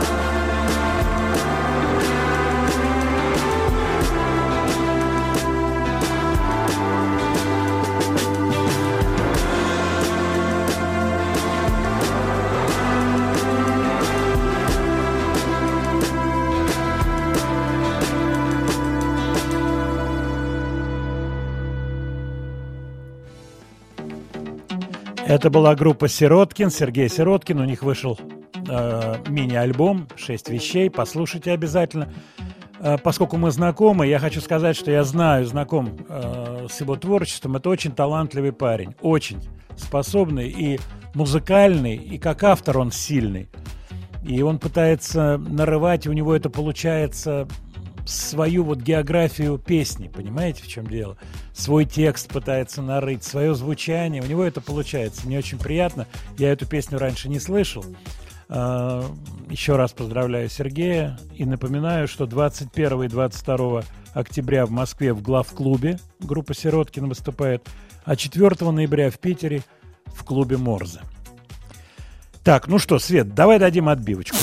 B: Это была группа Сироткин, Сергей Сироткин. У них вышел э, мини-альбом «Шесть вещей». Послушайте обязательно. Э, поскольку мы знакомы, я хочу сказать, что я знаю, знаком э, с его творчеством. Это очень талантливый парень, очень способный и музыкальный, и как автор он сильный. И он пытается нарывать, и у него это получается, свою вот географию песни, понимаете, в чем дело? Свой текст пытается нарыть, свое звучание, у него это получается. Мне очень приятно, я эту песню раньше не слышал. Еще раз поздравляю Сергея и напоминаю, что двадцать первого и двадцать второго октября в Москве в главклубе группа Сироткин выступает, а четвёртого ноября в Питере в клубе Морзе. Так, ну что, Свет, давай дадим отбивочку.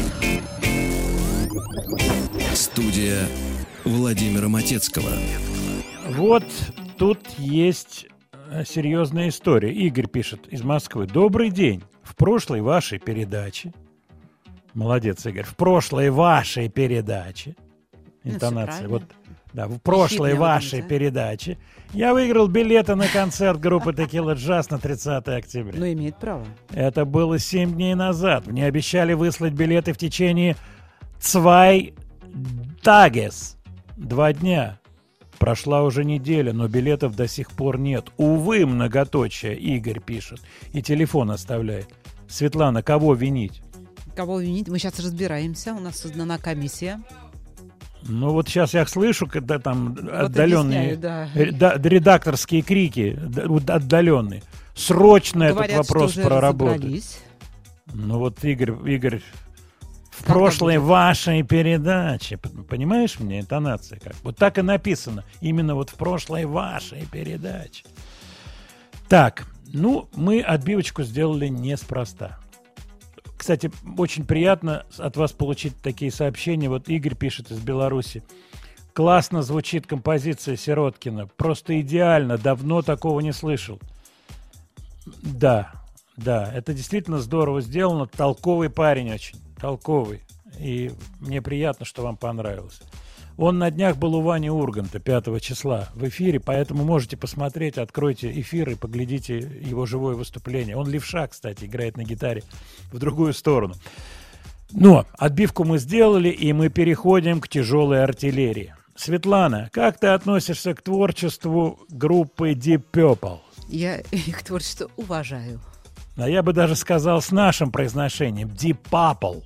A: Студия Владимира Матецкого.
B: Вот тут есть серьезная история. Игорь пишет из Москвы. Добрый день. В прошлой вашей передаче, молодец, Игорь, в прошлой вашей передаче, интонация,
C: ну,
B: вот, да, в прошлой вашей передаче я выиграл билеты на концерт группы Tequila Jazz на тридцатое октября.
C: Но имеет право.
B: Это было семь дней назад. Мне обещали выслать билеты в течение zwei Tages, два дня. Прошла уже неделя, но билетов до сих пор нет. Увы, многоточие, Игорь пишет. И телефон оставляет. Светлана, кого винить?
C: Кого винить? Мы сейчас разбираемся. У нас создана комиссия.
B: Ну вот сейчас я слышу, когда там
C: Вот
B: отдаленные
C: объясняю, да.
B: ре- редакторские крики, д- отдаленные. Срочно
C: Говорят,
B: этот вопрос
C: что уже
B: проработать.
C: разобрались.
B: Ну вот Игорь, Игорь, в
C: Когда
B: прошлой
C: будет?
B: вашей передаче, п- понимаешь мне интонация как? Вот так и написано. Именно вот в прошлой вашей передаче. Так, ну мы отбивочку сделали неспроста. Кстати, очень приятно от вас получить такие сообщения. Вот Игорь пишет из Беларуси. Классно звучит композиция Сироткина. Просто идеально. Давно такого не слышал. Да, да, это действительно здорово сделано. Толковый парень очень. Толковый. И мне приятно, что вам понравилось. Он на днях был у Вани Урганта пятого числа в эфире, поэтому можете посмотреть, откройте эфир и поглядите его живое выступление. Он левша, кстати, играет на гитаре в другую сторону. Но отбивку мы сделали, и мы переходим к тяжелой артиллерии. Светлана, как ты относишься к творчеству группы Deep Purple?
C: Я их творчество уважаю.
B: А я бы даже сказал с нашим произношением Deep Purple.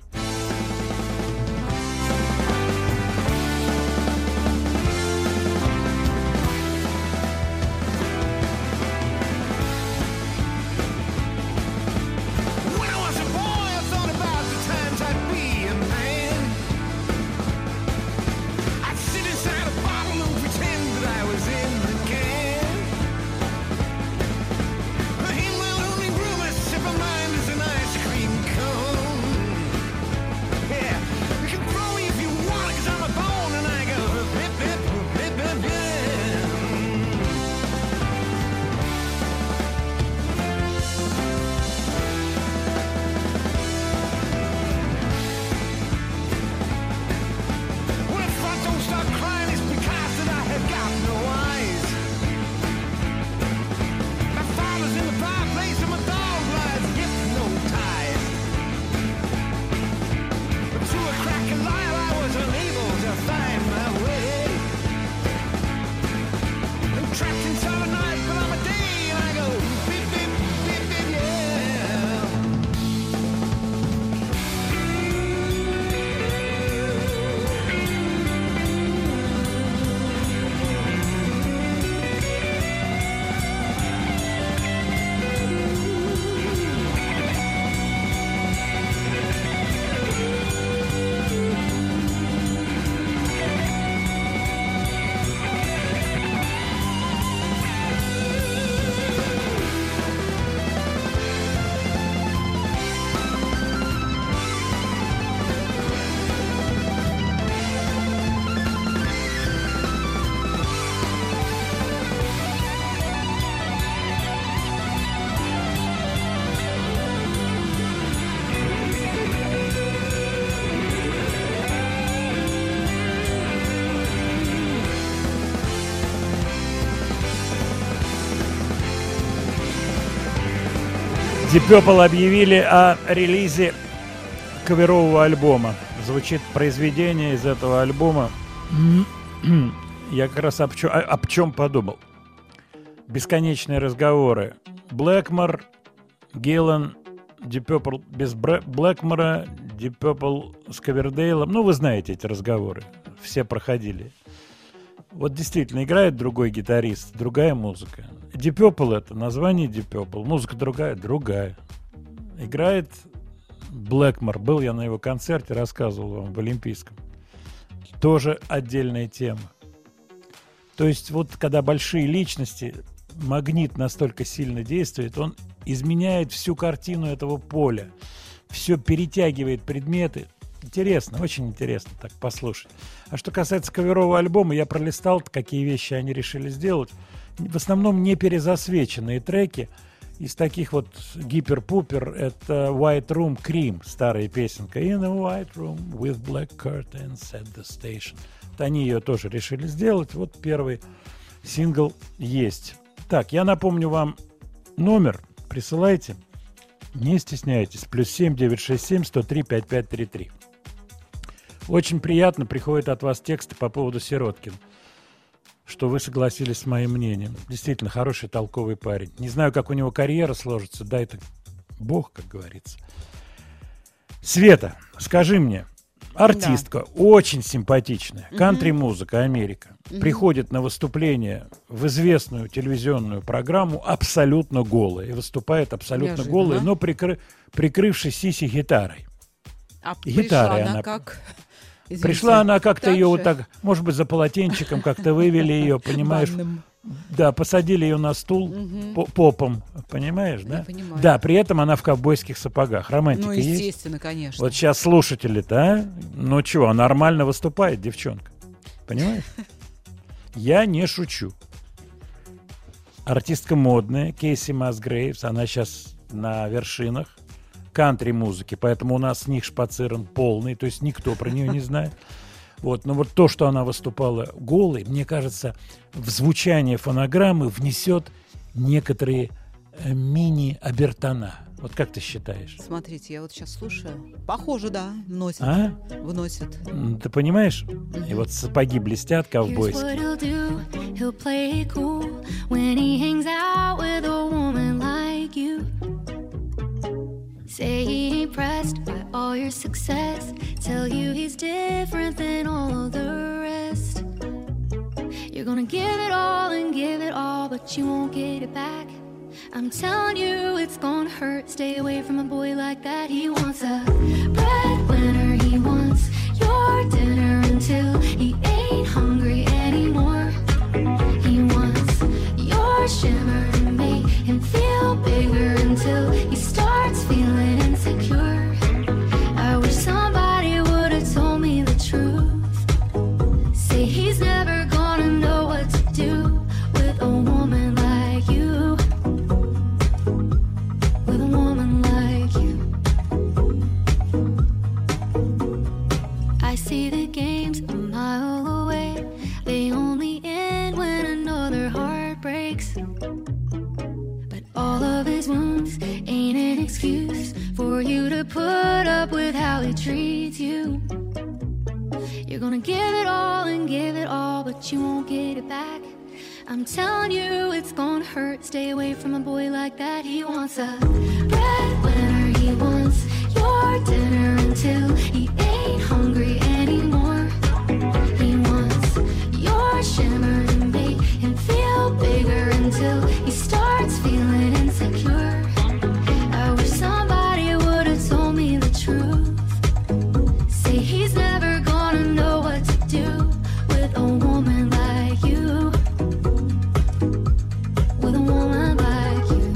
D: When I was a boy, I thought about the times I'd be a man. I'd sit inside a bottle and pretend that I was in the can. In my lonely room, I sip a mind as an ice cream cone.
B: Deep Purple объявили о релизе каверового альбома. Звучит произведение из этого альбома. Я как раз об чем, об чем подумал. Бесконечные разговоры. Блэкмор, Гиллан, Deep Purple без Блэкмора, Deep Purple с Ковердейлом. Ну, вы знаете эти разговоры. Все проходили. Вот действительно, играет другой гитарист, другая музыка. Deep Purple — это название Deep Purple. Музыка другая, другая. Играет Блэкмор. Был я на его концерте, рассказывал вам в Олимпийском. Тоже отдельная тема. То есть вот когда большие личности, магнит настолько сильно действует, он изменяет всю картину этого поля. Все перетягивает предметы. Интересно, очень интересно так послушать. А что касается каверового альбома, я пролистал, какие вещи они решили сделать. В основном не перезасвеченные треки. Из таких вот гипер-пупер это White Room Cream, старая песенка. In a white room with black curtains at the station. Вот они ее тоже решили сделать. Вот первый сингл есть. Так, я напомню вам номер. Присылайте. Не стесняйтесь. Плюс семь девятьсот шестьдесят семь сто три пятьдесят пять тридцать три. Очень приятно приходят от вас тексты по поводу Сироткина, что вы согласились с моим мнением. Действительно, хороший, толковый парень. Не знаю, как у него карьера сложится. Да, это Бог, как говорится. Света, скажи мне, артистка, да. Очень симпатичная, угу. Кантри-музыка, Америка, угу. Приходит на выступление в известную телевизионную программу абсолютно голая. И выступает абсолютно Неожиданно. голая, но прикры... прикрывшись сиси гитарой.
C: А
B: Гитарой
C: пришла она
B: она...
C: как... Извините,
B: пришла она как-то ее
C: же?
B: вот так, может быть, за полотенчиком как-то вывели ее, понимаешь?
C: Банным.
B: Да, посадили ее на стул
C: угу.
B: попом, понимаешь, да?
C: Я понимаю.
B: Да, при этом она в ковбойских сапогах. Романтика
C: ну,
B: есть?
C: естественно, конечно.
B: Вот сейчас слушатели-то, а? Ну чего, нормально выступает девчонка. Понимаешь? Я не шучу. Артистка модная, Кейси Масгрейвс, она сейчас на вершинах кантри-музыки, поэтому у нас с них шпациран полный, то есть никто про нее не знает. Вот, но вот то, что она выступала голой, мне кажется, в звучание фонограммы внесет некоторые э, мини-обертона. Вот как ты считаешь?
C: Смотрите, я вот сейчас слушаю. Похоже, да, вносит.
B: А?
C: Вносит.
B: Ты понимаешь? И вот сапоги блестят ковбойские.
E: Say he ain't pressed by all your success. Tell you he's different than all of the rest. You're gonna give it all and give it all, but you won't get it back. I'm telling you it's gonna hurt. Stay away from a boy like that. He wants a breadwinner. He wants your dinner until he ain't hungry anymore. He wants your shimmer to make him feel bigger until he starts feeling insecure. I wish somebody would have told me the truth. Say he's never gonna know what to do with a woman like you. With a woman like you. I see the games a mile away. They only end when another heart breaks. But all of his wounds ain't an excuse for you to put up with how he treats you. You're gonna give it all and give it all, but you won't get it back. I'm telling you it's gonna hurt. Stay away from a boy like that. He wants a breadwinner. He wants your dinner until he ain't hungry anymore. He wants your shimmer to make him feel bigger until he starts feeling insecure. I wish somebody would have told me the truth. Say he's never gonna know what to do with a woman like you. With a woman like you.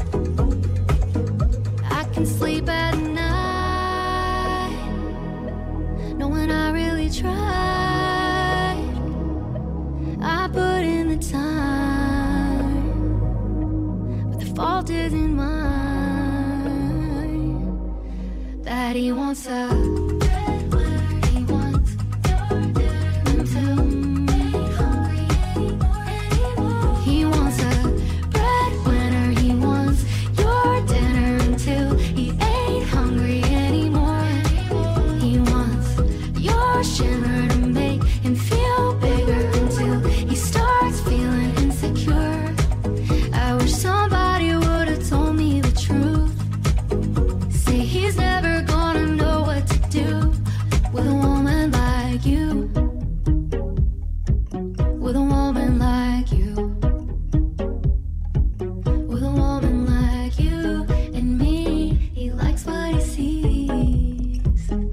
E: I can sleep at night knowing I really tried. I put in the time, but the fault isn't mine. That he wants a breadwinner, he wants your dinner until he ain't hungry anymore. He wants a breadwinner, he wants your dinner until woman like you, with a woman like you and me, he likes what he sees.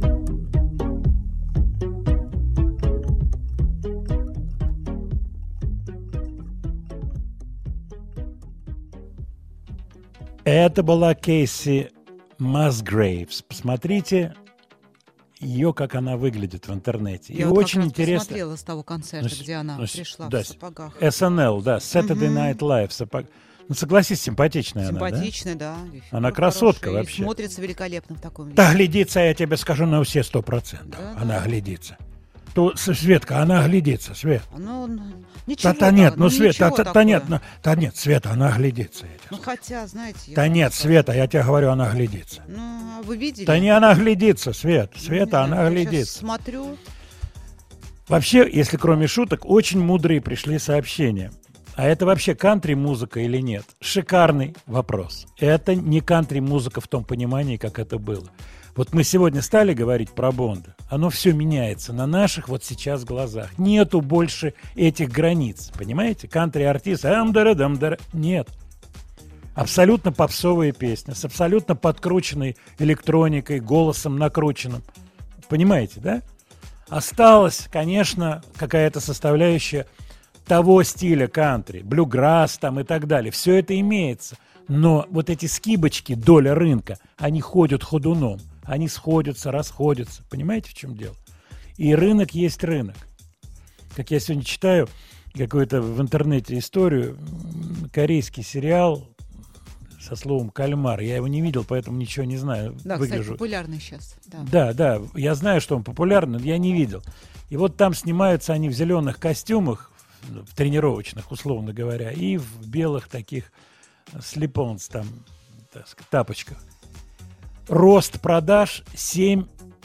B: Это была Кейси Масгрейвс. Посмотрите ее, как она выглядит в интернете.
C: Я
B: И
C: вот
B: очень
C: как раз
B: интересно.
C: посмотрела с того концерта,
B: Ну,
C: где она
B: ну,
C: пришла
B: да,
C: в сапогах.
B: эс эн эл, да, Saturday
C: Мгм.
B: Night Live. Сапог... Ну, согласись, симпатичная она, да?
C: Симпатичная, да. и
B: Она
C: фигура
B: красотка
C: хорошая, и
B: вообще.
C: смотрится великолепно в таком виде.
B: Да, глядится, я тебе скажу, на все сто процентов.
C: Да,
B: Она
C: да.
B: глядится. То, Светка, она глядится, Свет.
C: Ну, ну, ничего.
B: Да, нет,
C: так,
B: ну, Свет,
C: ничего
B: да, да,
C: такое.
B: нет, ну, да нет, Света, она глядится. я тебе
C: Ну,
B: скажу.
C: хотя, знаете... я
B: Да
C: вам
B: нет,
C: скажу.
B: Света, я тебе говорю, она глядится.
C: Ну, а вы видели?
B: Да не она глядится, Свет.
C: Ну, не
B: Света,
C: знаю,
B: она
C: я щас
B: глядится.
C: смотрю.
B: Вообще, если кроме шуток, очень мудрые пришли сообщения. А это вообще кантри-музыка или нет? Шикарный вопрос. Это не кантри-музыка в том понимании, как это было. Вот мы сегодня стали говорить про Бонда. Оно все меняется на наших вот сейчас глазах. Нету больше этих границ. Понимаете? Кантри-артист. Ам-дара-дам-дара. Нет. Абсолютно попсовая песня. С абсолютно подкрученной электроникой, голосом накрученным. Понимаете, да? Осталась, конечно, какая-то составляющая того стиля кантри, блюграсс там и так далее. Все это имеется. Но вот эти скибочки, доля рынка, они ходят ходуном. Они сходятся, расходятся. Понимаете, в чем дело? И рынок есть рынок. Как я сегодня читаю какую-то в интернете историю, м, корейский сериал со словом «кальмар». Я его не видел, поэтому ничего не знаю.
C: Да, кстати,
B: Выгляжу.
C: популярный сейчас. Да.
B: Да, да, я знаю, что он популярный, но я не видел. И вот там снимаются они в зеленых костюмах, в в тренировочных, условно говоря, и в белых таких слипонс, там, так сказать, тапочках. Рост продаж семь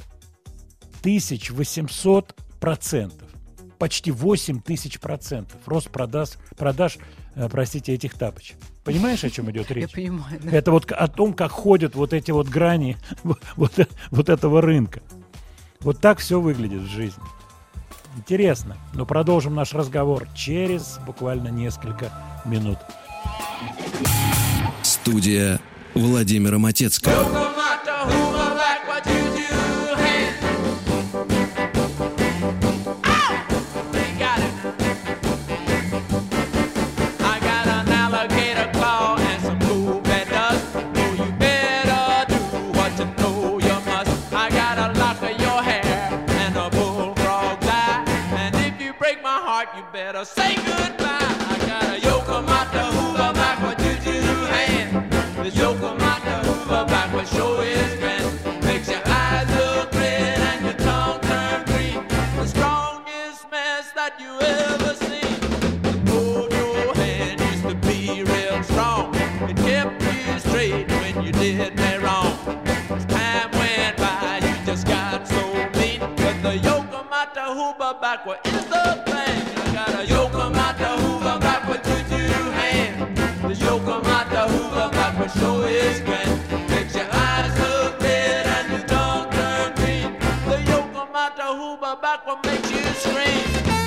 B: тысяч восемьсот процентов. Почти восемь тысяч процентов. Рост продаж, продаж э, простите, этих тапочек. Понимаешь, о чем идет
C: Я
B: речь?
C: понимаю, да.
B: Это вот о том, как ходят вот эти вот грани вот, вот этого рынка. Вот так все выглядит в жизни. Интересно. Но продолжим наш разговор через буквально несколько минут.
A: Студия Владимира Матецкого.
F: Say goodbye. I got a Yokomata Hoover backward doo-doo hand. This Yokomata Hoover backward show is grand. Makes your eyes look red and your tongue turn green. The strongest mess that you ever seen. The hold your hand used to be real strong. It kept you straight when you did me wrong. As time went by, you just got so mean. But the Yokomata Hoover backward is the plan. Got a Yokomata Hoover backward doo-doo hand. This Yokomata Hoover backward show is grand. Makes your eyes look red and your tongue turn green. The Yokomata Hoover backward makes you scream.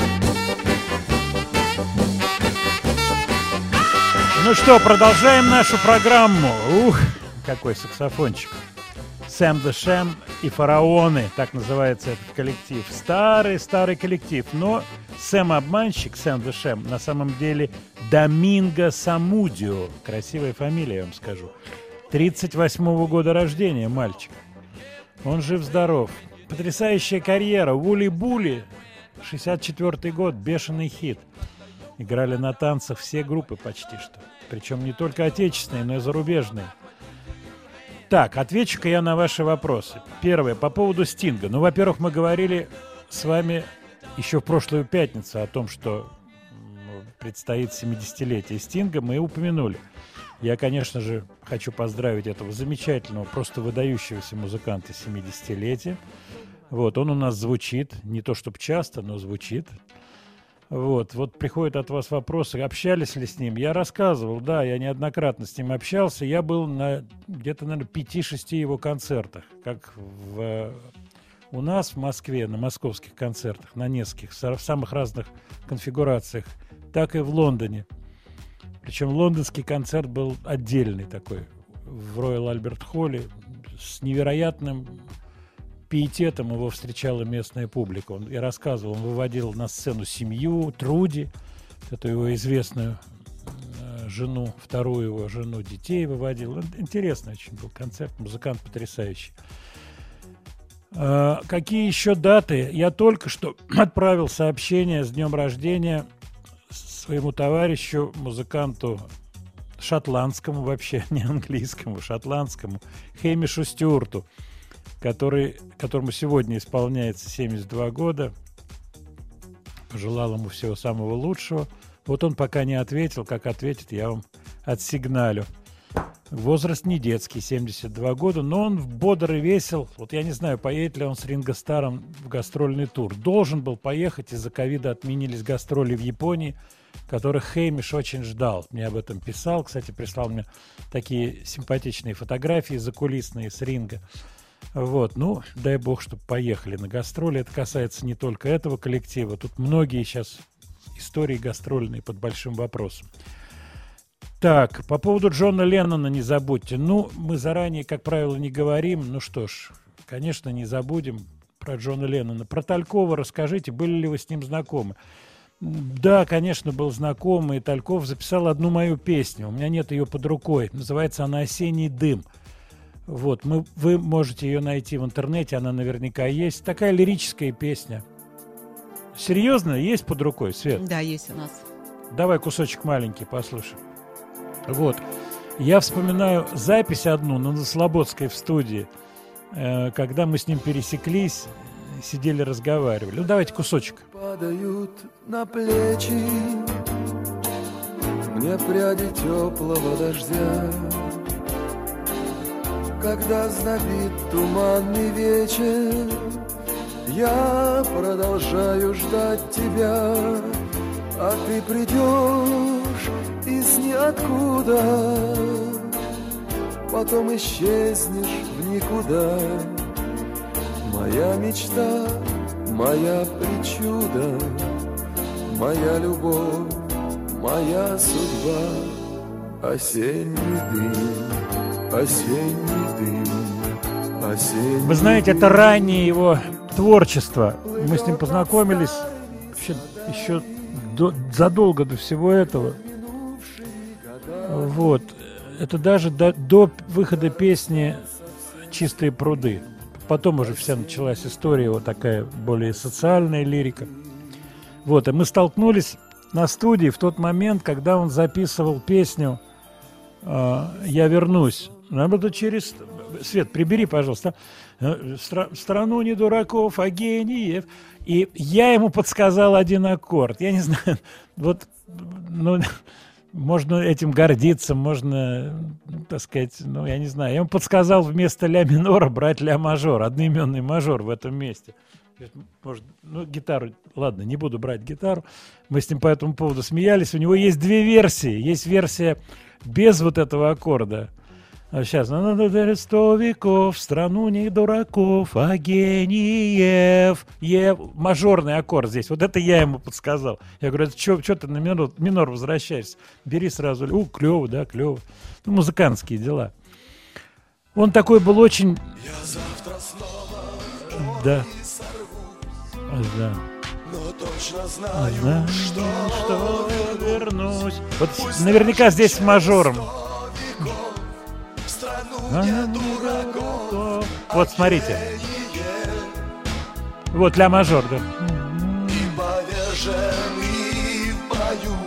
B: Ну что, продолжаем нашу программу. Ух, какой саксофончик. Сэм the Sham и Фараоны, так называется этот коллектив. Старый-старый коллектив, но Сэм-обманщик, Сэм the Sham, на самом деле Доминго Самудио. Красивая фамилия, я вам скажу. тридцать восьмого года рождения мальчик. Он жив-здоров. Потрясающая карьера. Вули-були. шестьдесят четвёртый год, бешеный хит. Играли на танцах все группы почти что. Причем не только отечественные, но и зарубежные. Так, отвечу-ка я на ваши вопросы. Первое, по поводу Стинга. Ну, во-первых, мы говорили с вами еще в прошлую пятницу о том, что м, предстоит семидесятилетие Стинга. Мы упомянули. Я, конечно же, хочу поздравить этого замечательного, просто выдающегося музыканта с семидесятилетием. Вот, он у нас звучит, не то чтобы часто, но звучит. Вот, вот приходят от вас вопросы, общались ли с ним. Я рассказывал, да, я неоднократно с ним общался. Я был на где-то, наверное, пяти-шести его концертах, как в, у нас в Москве, на московских концертах, на нескольких, в самых разных конфигурациях так и в Лондоне. Причем лондонский концерт был отдельный такой, в Роял Альберт Холле, с невероятным пиететом его встречала местная публика. Он и рассказывал, он выводил на сцену семью, Труди, эту его известную э, жену, вторую его жену, детей выводил. Интересный очень был концерт, музыкант потрясающий. Э, какие еще даты? Я только что отправил сообщение с днем рождения своему товарищу, музыканту шотландскому, вообще не английскому, шотландскому, Хэмишу Стюарту, который, которому сегодня исполняется семьдесят два года. Пожелал ему всего самого лучшего. Вот он пока не ответил. Как ответит, я вам отсигналю. Возраст не детский, семьдесят два года, но он бодр и весел. Вот я не знаю, поедет ли он с Ринго Старром в гастрольный тур. Должен был поехать, из-за ковида отменились гастроли в Японии, которых Хэмиш очень ждал. Мне об этом писал. Кстати, прислал мне такие симпатичные фотографии закулисные с Ринго. Вот, ну, дай бог, чтобы поехали на гастроли. Это касается не только этого коллектива. Тут многие сейчас истории гастрольные под большим вопросом. Так, по поводу Джона Леннона не забудьте. Ну, мы заранее, как правило, не говорим. Ну что ж, конечно, не забудем про Джона Леннона. Про Талькова расскажите, были ли вы с ним знакомы? Да, конечно, был знаком, и Тальков записал одну мою песню. У меня нет ее под рукой. Называется она «Осенний дым». Вот, мы, вы можете ее найти в интернете, она наверняка есть. Такая лирическая песня. Серьезно? Есть под рукой, Свет?
C: Да, есть у нас.
B: Давай кусочек маленький послушаем. Вот. Я вспоминаю запись одну на Слободской в студии, э, когда мы с ним пересеклись, сидели, разговаривали. Ну, давайте кусочек.
F: Падают на плечи мне пряди теплого дождя, когда знобит туманный вечер, я продолжаю ждать тебя, а ты придешь из ниоткуда, потом исчезнешь в никуда. Моя мечта, моя причуда, моя любовь, моя судьба. Осенний дым, осенний дым, осенний.
B: Вы знаете, это раннее его творчество. Мы с ним познакомились вообще еще до, задолго до всего этого. Вот. Это даже до, до выхода песни «Чистые пруды». Потом уже вся началась история, вот такая более социальная лирика. Вот, и мы столкнулись на студии в тот момент, когда он записывал песню э, «Я вернусь». Надо через... Свет, прибери, пожалуйста. «Стра... «Страну не дураков, а гениев». И я ему подсказал один аккорд. Я не знаю, вот... Ну, можно этим гордиться, можно, так сказать, ну, я не знаю. Я ему подсказал вместо ля минора брать ля мажор, одноименный мажор в этом месте. Может, ну, гитару, ладно, не буду брать гитару. Мы с ним по этому поводу смеялись. У него есть две версии. Есть версия без вот этого аккорда. А сейчас, ну, сто веков, страну не дураков, а гениев. Е, мажорный аккорд здесь. Вот это я ему подсказал. Я говорю, что ты на минор, минор возвращаешься? Бери сразу. У, клево, да, клево. Ну, музыкантские дела. Он такой был очень...
F: Я завтра снова
B: да. Да.
F: Но точно знаю,
B: Знаю,
F: что,
B: что вернусь. Вот наверняка здесь с мажором. Вот смотрите. Вот ля мажор, да.
F: И поверженный в бою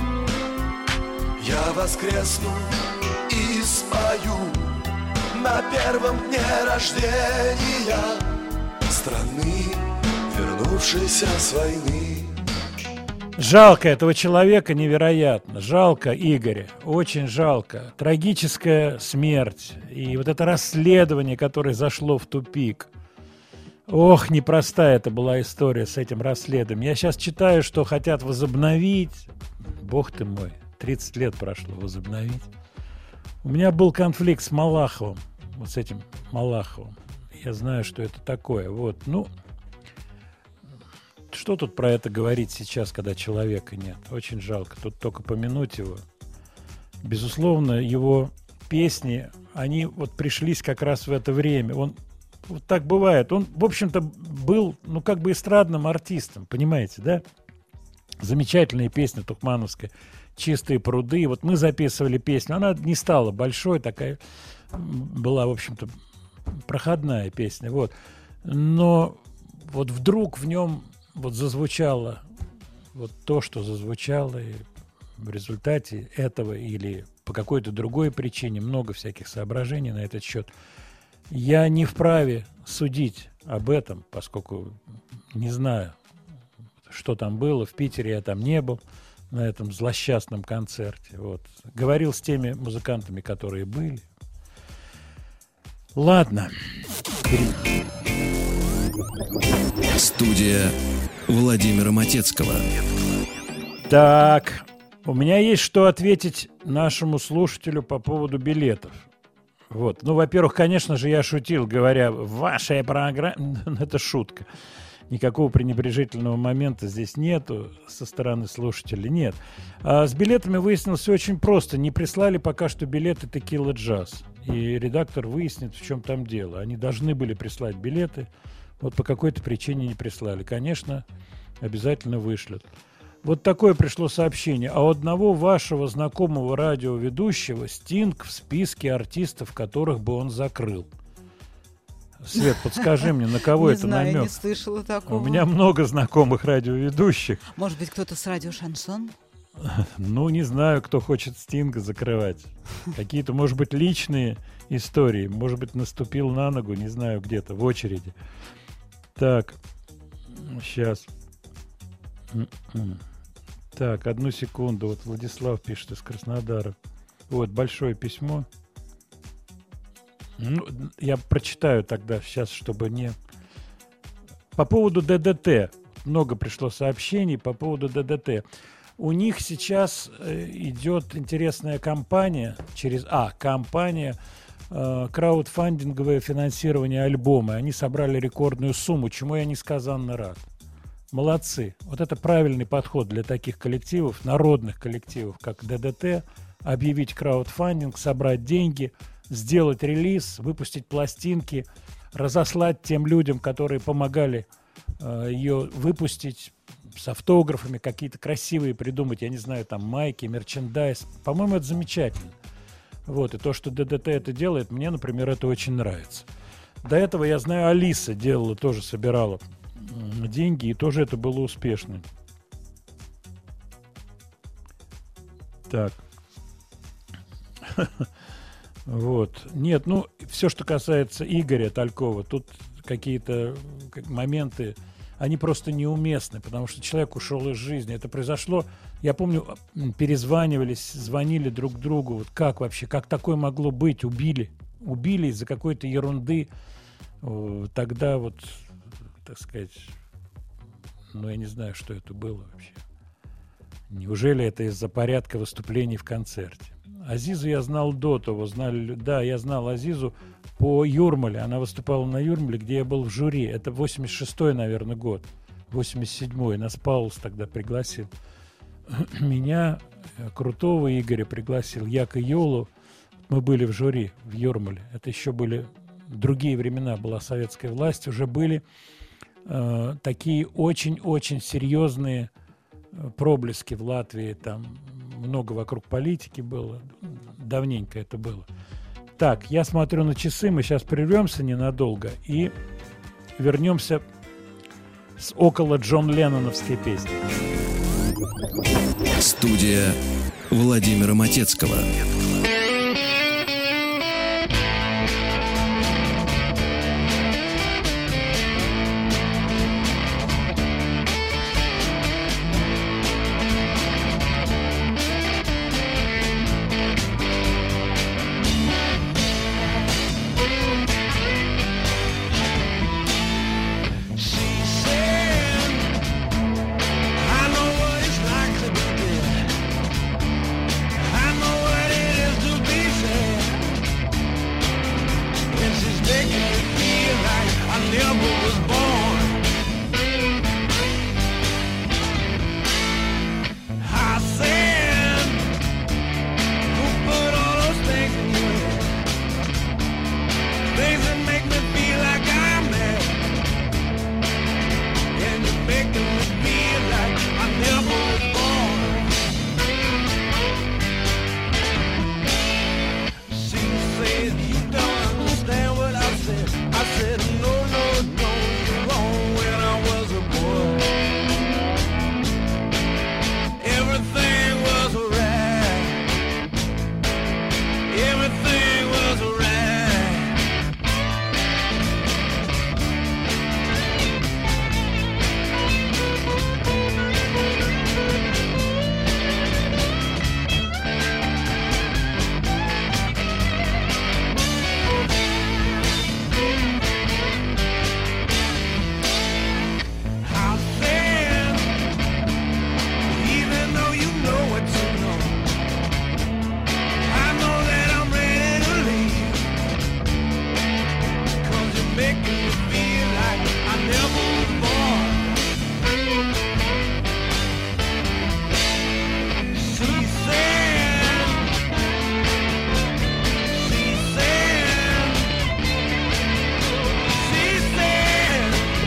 F: я воскресну и спою на первом дне рождения страны, вернувшейся с войны.
B: Жалко этого человека невероятно. Жалко Игоря. Очень жалко. Трагическая смерть. И вот это расследование, которое зашло в тупик. Ох, непростая это была история с этим расследованием. Я сейчас читаю, что хотят возобновить. Бог ты мой. тридцать лет прошло возобновить. У меня был конфликт с Малаховым. Вот с этим Малаховым. Я знаю, что это такое. Вот, ну... что тут про это говорить сейчас, когда человека нет? Очень жалко. Тут только помянуть его. Безусловно, его песни, они вот пришлись как раз в это время. Он, вот так бывает. Он, в общем-то, был, ну, как бы эстрадным артистом, понимаете, да? Замечательная песня тухмановская «Чистые пруды». Вот мы записывали песню. Она не стала большой, такая была, в общем-то, проходная песня. Вот. Но вот вдруг в нем вот зазвучало вот то, что зазвучало, и в результате этого или по какой-то другой причине, много всяких соображений на этот счет. Я не вправе судить об этом, поскольку не знаю, что там было. В Питере я там не был на этом злосчастном концерте. Вот. Говорил с теми музыкантами, которые были. Ладно.
A: Студия Владимира Матецкого.
B: Так, у меня есть что ответить нашему слушателю по поводу билетов. Вот. Ну, во-первых, конечно же, я шутил, говоря, в вашей программе... Это шутка. Никакого пренебрежительного момента здесь нету со стороны слушателей. Нет. А с билетами выяснилось все очень просто. Не прислали пока что билеты Текила Джаз. И редактор выяснит, в чем там дело. Они должны были прислать билеты. Вот по какой-то причине не прислали. Конечно, обязательно вышлют. Вот такое пришло сообщение. А у одного вашего знакомого радиоведущего Стинг в списке артистов, которых бы он закрыл. Свет, подскажи мне, на кого это намек?
C: Не знаю, не слышала такого.
B: У меня много знакомых радиоведущих.
C: Может быть, кто-то с радио «Шансон»?
B: Ну, не знаю, кто хочет Стинга закрывать. Какие-то, может быть, личные истории. Может быть, наступил на ногу, не знаю, где-то, в очереди. Так, сейчас. Так, одну секунду. Вот Владислав пишет из Краснодара. Вот, большое письмо. Ну, я прочитаю тогда сейчас, чтобы не... По поводу ДДТ. Много пришло сообщений по поводу ДДТ. У них сейчас идет интересная кампания через... А, кампания э, краудфандинговое финансирование альбома. Они собрали рекордную сумму, чему я несказанно рад. Молодцы. Вот это правильный подход для таких коллективов, народных коллективов, как ДДТ. Объявить краудфандинг, собрать деньги, сделать релиз, выпустить пластинки, разослать тем людям, которые помогали э, ее выпустить, с автографами, какие-то красивые придумать, я не знаю, там майки, мерчендайз. По-моему, это замечательно. Вот, и то, что ДДТ это делает, мне, например, это очень нравится. До этого, я знаю, Алиса делала, тоже собирала деньги, и тоже это было успешно. Так. Вот. Нет, ну, все, что касается Игоря Талькова, тут какие-то моменты, они просто неуместны, потому что человек ушел из жизни. Это произошло, я помню, перезванивались, звонили друг другу. Вот как вообще, как такое могло быть? Убили. Убили из-за какой-то ерунды. Тогда вот, так сказать, ну, я не знаю, что это было вообще. Неужели это из-за порядка выступлений в концерте? Азизу я знал до того, знали, да, я знал Азизу по Юрмале. Она выступала на Юрмале, где я был в жюри. Это восемьдесят шестой, наверное, год. восемьдесят седьмой. Нас Паулс тогда пригласил. Меня, крутого Игоря, пригласил Яко Йолу. Мы были в жюри в Юрмале. Это еще были другие времена, была советская власть. Уже были э, такие очень-очень серьезные проблески в Латвии. Там много вокруг политики было. Давненько это было. Так, я смотрю на часы. Мы сейчас прервемся ненадолго и вернемся с около Джон Ленноновской песни.
A: Студия Владимира Матецкого.
D: I know what it's like to be dead. I know what it is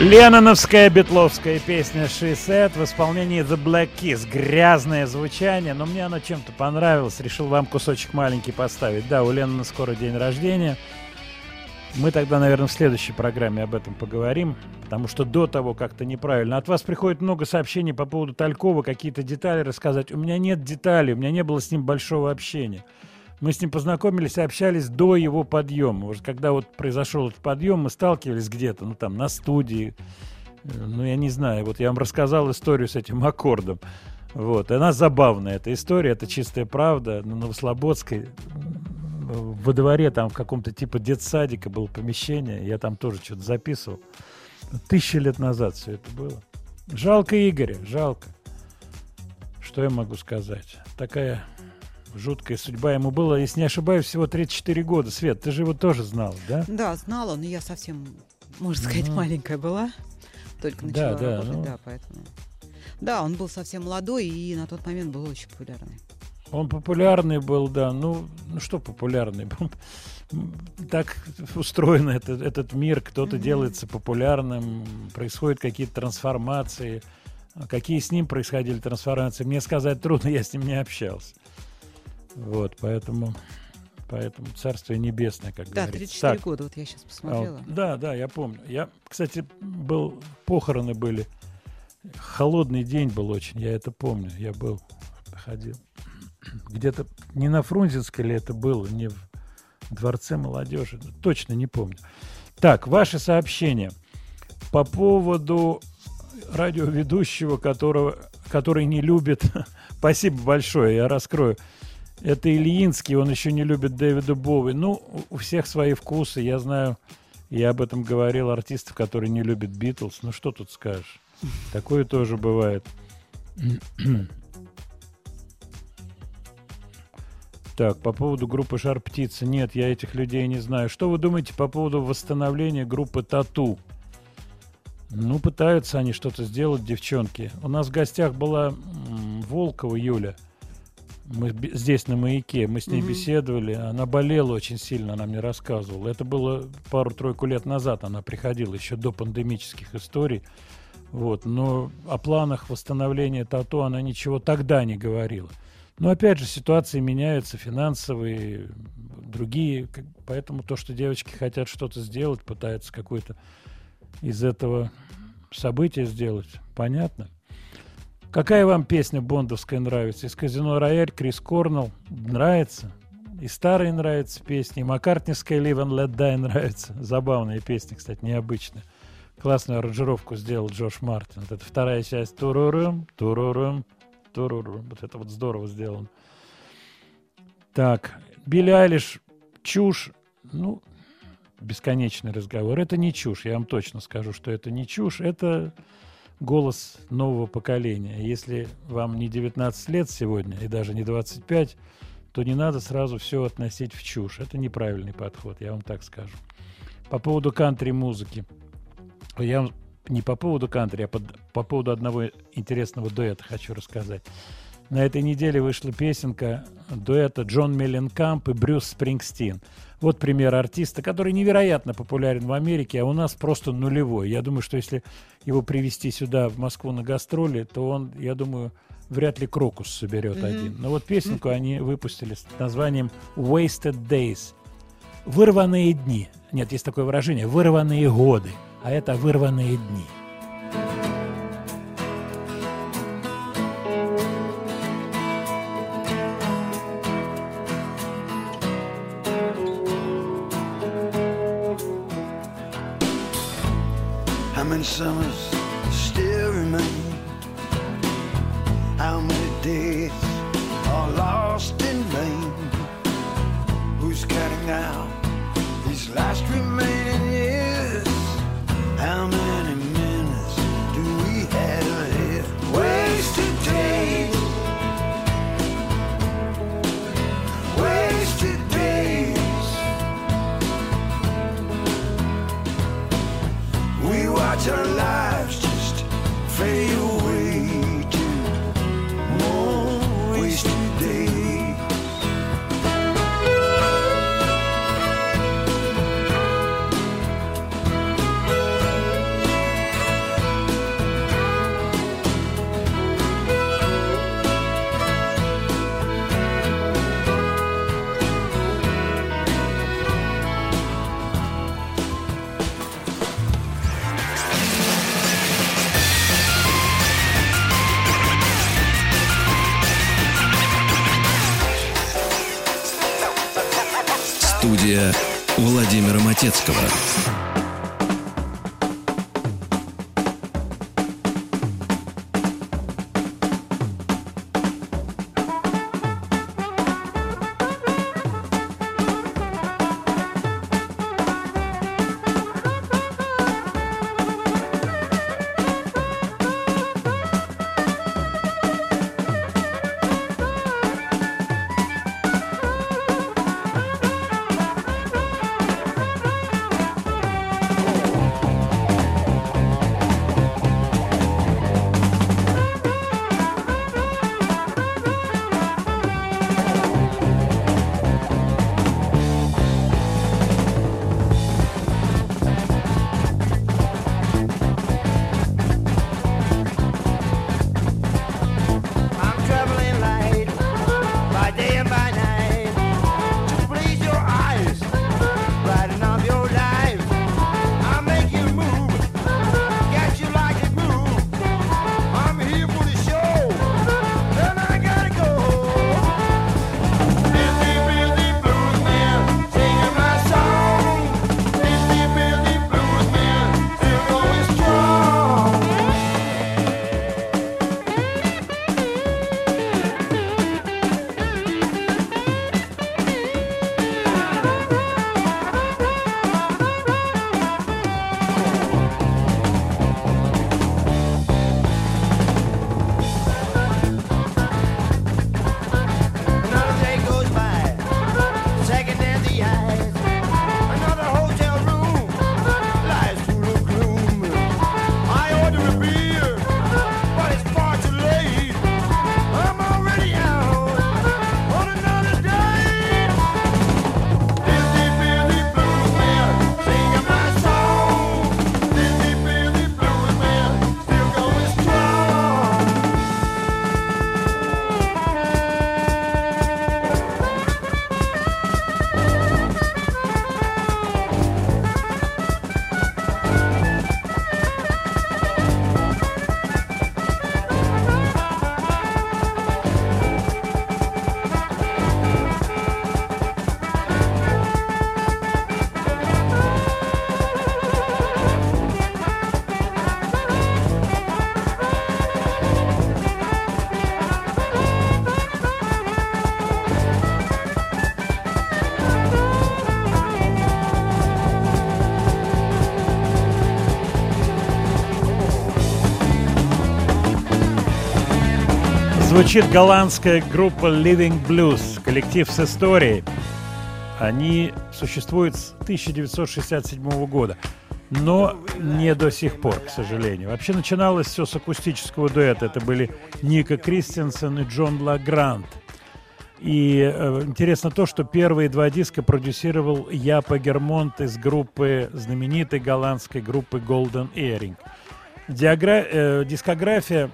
B: Ленноновская битловская песня «She Said» в исполнении The Black Keys. Грязное звучание, но мне оно чем-то понравилось. Решил вам кусочек маленький поставить. Да, у Леннона скоро день рождения. Мы тогда, наверное, в следующей программе об этом поговорим, потому что до того как-то неправильно. От вас приходит много сообщений по поводу Талькова, какие-то детали рассказать. У меня нет деталей, у меня не было с ним большого общения. Мы с ним познакомились и общались до его подъема. Уже когда вот произошел этот подъем, мы сталкивались где-то, ну там, на студии. Ну, я не знаю, вот я вам рассказал историю с этим аккордом. Вот, и она забавная, эта история, это чистая правда. На Новослободской, во дворе там в каком-то типа детсадика было помещение, я там тоже что-то записывал. Тысячи лет назад все это было. Жалко Игоря, жалко. Что я могу сказать? Такая... жуткая судьба ему была, если не ошибаюсь, всего тридцать четыре года. Свет, ты же его тоже знал, да?
C: Да, знала, но я совсем, можно сказать, mm-hmm. маленькая была. Только начала
B: да, да,
C: работать,
B: ну...
C: да, поэтому... Да, он был совсем молодой и на тот момент был очень популярный.
B: Он популярный был, да. Ну, ну что популярный? Так устроен этот, этот мир. Кто-то mm-hmm. делается популярным, происходят какие-то трансформации. Какие с ним происходили трансформации, мне сказать трудно, я с ним не общался. Вот, поэтому, поэтому царствие небесное, как
C: да,
B: говорится. Да,
C: тридцать четыре так. года, вот я сейчас посмотрела.
B: А, да, да, я помню. Я, кстати, был, похороны были, холодный день был очень, я это помню. Я был, ходил. Где-то не на Фрунзенской ли это было, не в Дворце молодежи, точно не помню. Так, ваши сообщения по поводу радиоведущего, которого, который не любит... Спасибо большое, я раскрою. Это Ильинский, он еще не любит Дэвида Боуи. Ну, у всех свои вкусы. Я знаю, я об этом говорил, артистов, которые не любят Битлз. Ну, что тут скажешь? Такое тоже бывает. Так, по поводу группы «Жар-птица». Нет, я этих людей не знаю. Что вы думаете по поводу восстановления группы «Тату»? Ну, пытаются они что-то сделать, девчонки. У нас в гостях была м, Волкова Юля. Мы б- здесь на «Маяке». Мы с ней mm-hmm. беседовали. Она болела очень сильно, она мне рассказывала. Это было пару-тройку лет назад. Она приходила еще до пандемических историй. Вот. Но о планах восстановления «Тату» она ничего тогда не говорила. Но опять же, ситуации меняются, финансовые, другие. Поэтому то, что девочки хотят что-то сделать, пытаются какой-то из этого события сделать. Понятно? Какая вам песня бондовская нравится? Из «Казино Рояль» Крис Корнелл нравится. И старые нравятся песни. И маккартневская «Live and Let Die» нравится. Забавная песня, кстати, необычная. Классную аранжировку сделал Джош Мартин. Вот это вторая часть. Турурум, турурум, турурум. Вот это вот здорово сделано. Так. Билли Айлиш. Чушь. Ну, бесконечный разговор. Это не чушь. Я вам точно скажу, что это не чушь. Это голос нового поколения. Если вам не девятнадцать лет сегодня и даже не двадцать пять, то не надо сразу все относить в чушь. Это неправильный подход, я вам так скажу. По поводу кантри-музыки. Я вам не по поводу кантри, а по, по поводу одного интересного дуэта хочу рассказать. На этой неделе вышла песенка дуэта Джон Мелленкамп и Брюс Спрингстин. Вот пример артиста, который невероятно популярен в Америке, а у нас просто нулевой. Я думаю, что если его привезти сюда, в Москву на гастроли, то он, я думаю, вряд ли крокус соберет mm-hmm. один. Но вот песенку mm-hmm. они выпустили с названием «Wasted Days». Вырванные дни. Нет, есть такое выражение «вырванные годы», а это «вырванные дни».
D: How many summers still remain? How many days are lost in vain? Who's counting out these last remaining years? How many minutes do we have ahead? Wasted days, wasted days. We watch our lives
A: Студия Владимира Матецкого.
B: Звучит голландская группа Living Blues, коллектив с историей. Они существуют с тысяча девятьсот шестьдесят седьмого года, но не до сих пор, к сожалению. Вообще начиналось все с акустического дуэта. Это были Ника Кристенсен и Джон Лагрант. И э, интересно то, что первые два диска продюсировал Япа Гермонт из группы, знаменитой голландской группы Golden Earring. Диагра... Э, дискография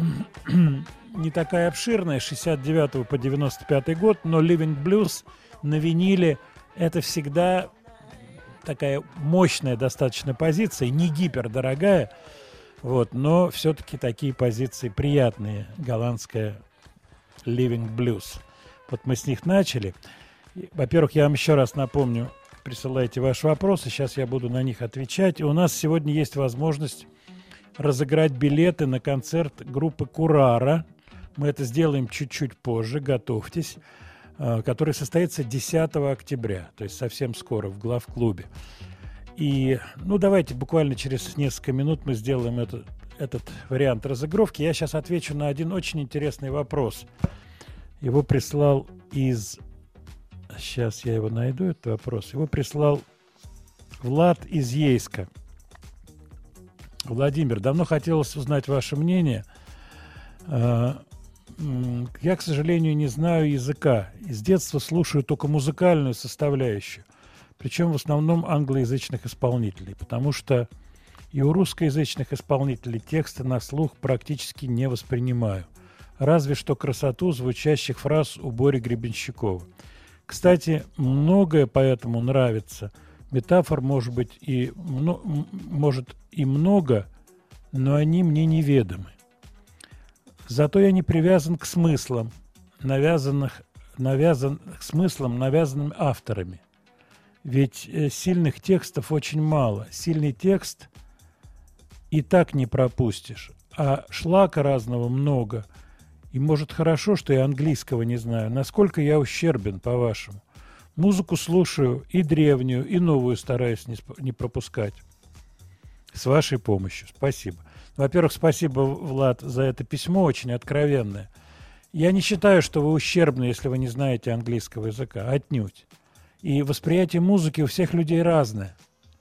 B: не такая обширная, с шестьдесят девятого по девяносто пятый год, но Living Blues на виниле — это всегда такая мощная достаточно позиция, не гипердорогая, вот, но все-таки такие позиции приятные, голландская Living Blues. Вот мы с них начали. Во-первых, я вам еще раз напомню, присылайте ваши вопросы, сейчас я буду на них отвечать. И у нас сегодня есть возможность разыграть билеты на концерт группы «Курара». Мы это сделаем чуть-чуть позже, готовьтесь, который состоится десятого октября, то есть совсем скоро в главклубе. И, ну, давайте буквально через несколько минут мы сделаем это, этот вариант разыгровки. Я сейчас отвечу на один очень интересный вопрос. Его прислал из... Сейчас я его найду, этот вопрос. Его прислал Влад из Ейска. Владимир, давно хотелось узнать ваше мнение. Я, к сожалению, не знаю языка. С детства слушаю только музыкальную составляющую. Причем в основном англоязычных исполнителей. Потому что и у русскоязычных исполнителей тексты на слух практически не воспринимаю. Разве что красоту звучащих фраз у Бори Гребенщикова. Кстати, многое поэтому нравится. Метафор может быть и, может и много, но они мне неведомы. Зато я не привязан к смыслам, навязанных, навязан, к смыслам, навязанным авторами. Ведь э, сильных текстов очень мало. Сильный текст и так не пропустишь. А шлака разного много. И может хорошо, что я английского не знаю. Насколько я ущербен, по-вашему? Музыку слушаю и древнюю, и новую стараюсь не, сп- не пропускать. С вашей помощью. Спасибо. Во-первых, спасибо, Влад, за это письмо, очень откровенное. Я не считаю, что вы ущербны, если вы не знаете английского языка. Отнюдь. И восприятие музыки у всех людей разное.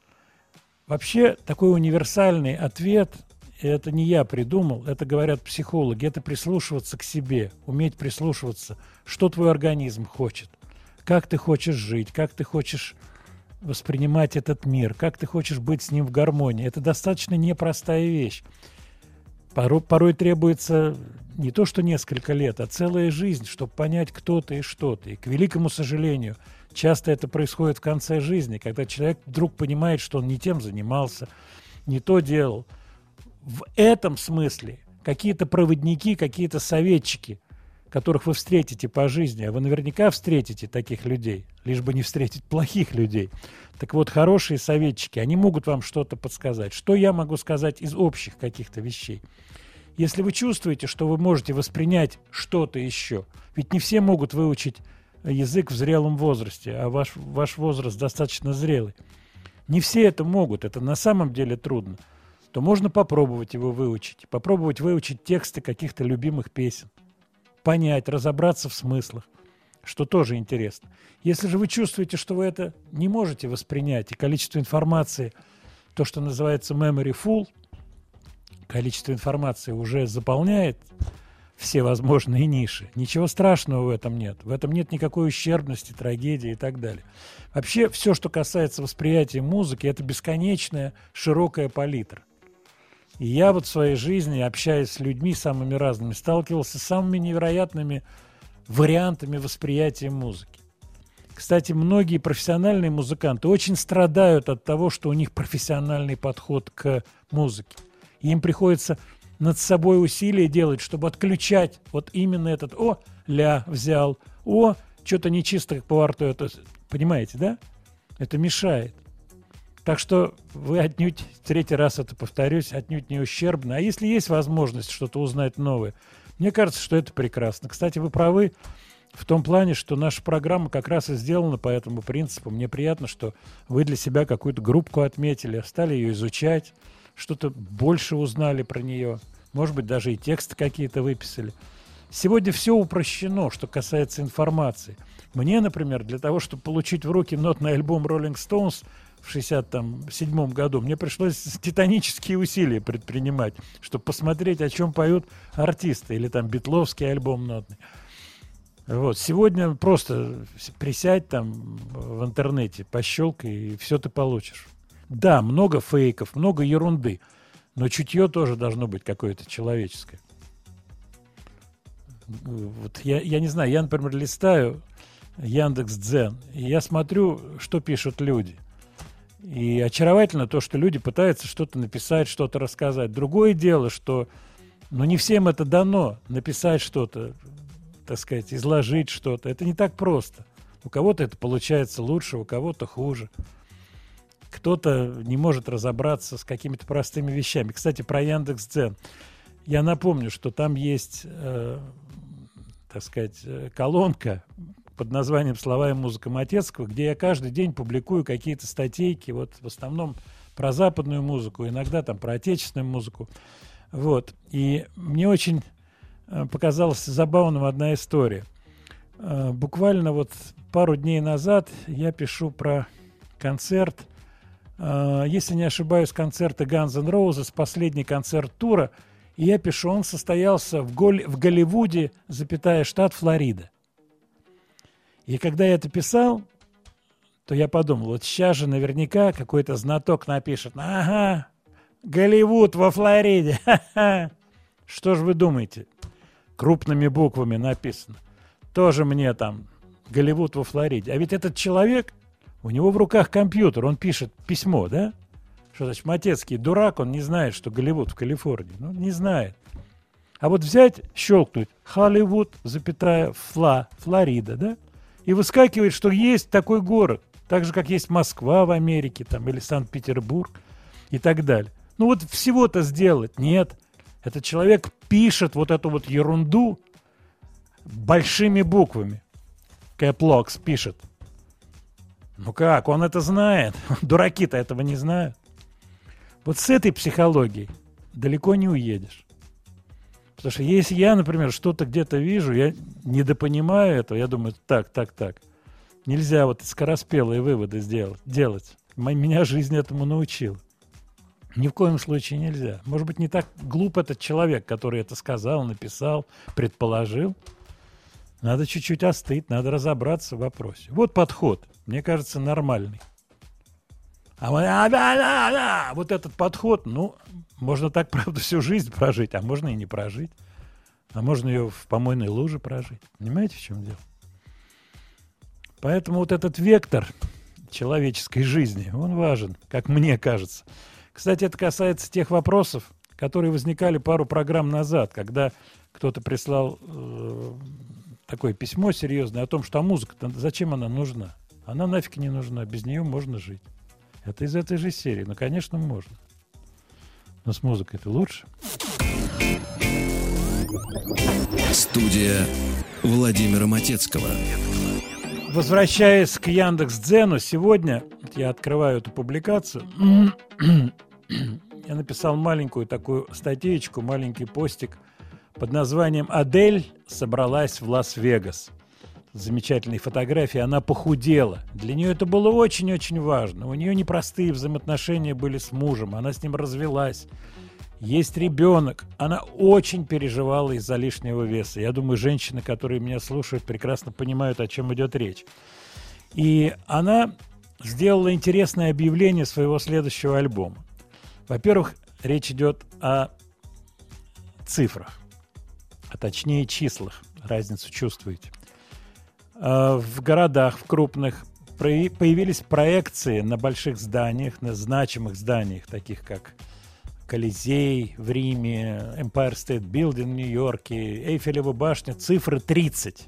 B: Вообще, такой универсальный ответ, и это не я придумал, это говорят психологи, это прислушиваться к себе, уметь прислушиваться, что твой организм хочет, как ты хочешь жить, как ты хочешь воспринимать этот мир, как ты хочешь быть с ним в гармонии. Это достаточно непростая вещь. Порой, порой требуется не то что несколько лет, а целая жизнь, чтобы понять, кто ты и что ты. И, к великому сожалению, часто это происходит в конце жизни, когда человек вдруг понимает, что он не тем занимался, не то делал. В этом смысле какие-то проводники, какие-то советчики, которых вы встретите по жизни, а вы наверняка встретите таких людей, лишь бы не встретить плохих людей. Так вот, хорошие советчики, они могут вам что-то подсказать. Что я могу сказать из общих каких-то вещей? Если вы чувствуете, что вы можете воспринять что-то еще, ведь не все могут выучить язык в зрелом возрасте, а ваш, ваш возраст достаточно зрелый. Не все это могут, это на самом деле трудно. То можно попробовать его выучить, попробовать выучить тексты каких-то любимых песен, понять, разобраться в смыслах, что тоже интересно. Если же вы чувствуете, что вы это не можете воспринять, и количество информации, то, что называется memory full, количество информации уже заполняет все возможные ниши, ничего страшного в этом нет. В этом нет никакой ущербности, трагедии и так далее. Вообще, все, что касается восприятия музыки, это бесконечная, широкая палитра. И я вот в своей жизни, общаясь с людьми самыми разными, сталкивался с самыми невероятными вариантами восприятия музыки. Кстати, многие профессиональные музыканты очень страдают от того, что у них профессиональный подход к музыке. И им приходится над собой усилия делать, чтобы отключать вот именно этот «о, ля взял», «о, что-то нечисто как по рту». Это, понимаете, да? Это мешает. Так что вы отнюдь, третий раз это повторюсь, отнюдь не ущербны. А если есть возможность что-то узнать новое, мне кажется, что это прекрасно. Кстати, вы правы в том плане, что наша программа как раз и сделана по этому принципу. Мне приятно, что вы для себя какую-то группку отметили, стали ее изучать, что-то больше узнали про нее. Может быть, даже и тексты какие-то выписали. Сегодня все упрощено, что касается информации. Мне, например, для того, чтобы получить в руки нотный альбом Rolling Stones в шестьдесят седьмом году, мне пришлось титанические усилия предпринимать, чтобы посмотреть, о чем поют артисты, или там битловский альбом нотный. Вот. Сегодня просто присядь там в интернете, пощелкай, и все ты получишь. Да, много фейков, много ерунды, но чутье тоже должно быть какое-то человеческое. Вот я, я не знаю, я, например, листаю Яндекс.Дзен, и я смотрю, что пишут люди. И очаровательно то, что люди пытаются что-то написать, что-то рассказать. Другое дело, что ну, не всем это дано, написать что-то, так сказать, изложить что-то. Это не так просто. У кого-то это получается лучше, у кого-то хуже. Кто-то не может разобраться с какими-то простыми вещами. Кстати, про Яндекс.Дзен. Я напомню, что там есть, э, так сказать, колонка под названием «Слова и музыка Матецкого», где я каждый день публикую какие-то статейки, вот в основном про западную музыку, иногда там про отечественную музыку. Вот. И мне очень показалась забавным одна история. Буквально вот пару дней назад я пишу про концерт, если не ошибаюсь, концерты Guns N' Roses, последний концерт тура, и я пишу, он состоялся в, Гол- в Голливуде, запятая, штат Флорида. И когда я это писал, то я подумал, вот сейчас же наверняка какой-то знаток напишет: ага, Голливуд во Флориде, ха-ха. Что же вы думаете? Крупными буквами написано. Тоже мне там Голливуд во Флориде. А ведь этот человек, у него в руках компьютер, он пишет письмо, да? Что значит, Матецкий дурак, он не знает, что Голливуд в Калифорнии. Ну, не знает. А вот взять, щелкнуть Холливуд, запятая, Фла, Флорида, да? И выскакивает, что есть такой город. Так же, как есть Москва в Америке там, или Санкт-Петербург и так далее. Ну вот всего-то сделать нет. Этот человек пишет вот эту вот ерунду большими буквами. Кэплокс пишет. Ну как, он это знает. Дураки-то этого не знают. Вот с этой психологией далеко не уедешь. Потому что если я, например, что-то где-то вижу, я недопонимаю этого, я думаю, так, так, так. Нельзя вот скороспелые выводы сделать, делать. Меня жизнь этому научила. Ни в коем случае нельзя. Может быть, не так глуп этот человек, который это сказал, написал, предположил. Надо чуть-чуть остыть, надо разобраться в вопросе. Вот подход, мне кажется, нормальный. А мы, а, да, да, да. Вот этот подход, ну, можно так, правда, всю жизнь прожить, а можно и не прожить. А можно ее в помойной луже прожить. Понимаете, в чем дело? Поэтому вот этот вектор человеческой жизни, он важен, как мне кажется. Кстати, это касается тех вопросов, которые возникали пару программ назад, когда кто-то прислал э, такое письмо серьезное о том, что а музыка-то зачем она нужна? Она нафиг не нужна, без нее можно жить. Это из этой же серии. Ну, конечно, можно. Но с музыкой-то лучше.
A: Студия Владимира Матецкого.
B: Возвращаясь к Яндекс.Дзену, сегодня я открываю эту публикацию. Я написал маленькую такую статейку, маленький постик под названием «Адель собралась в Лас-Вегас». Замечательные фотографии, она похудела. Для нее это было очень-очень важно. У нее непростые взаимоотношения были с мужем, она с ним развелась. Есть ребенок. Она очень переживала из-за лишнего веса. Я думаю, женщины, которые меня слушают, прекрасно понимают, о чем идет речь. И она сделала интересное объявление своего следующего альбома. Во-первых, речь идет о цифрах, а точнее числах. Разницу чувствуете. В городах, в крупных, появились проекции на больших зданиях, на значимых зданиях, таких как Колизей в Риме, Empire State Building в Нью-Йорке, Эйфелева башня, цифры тридцать.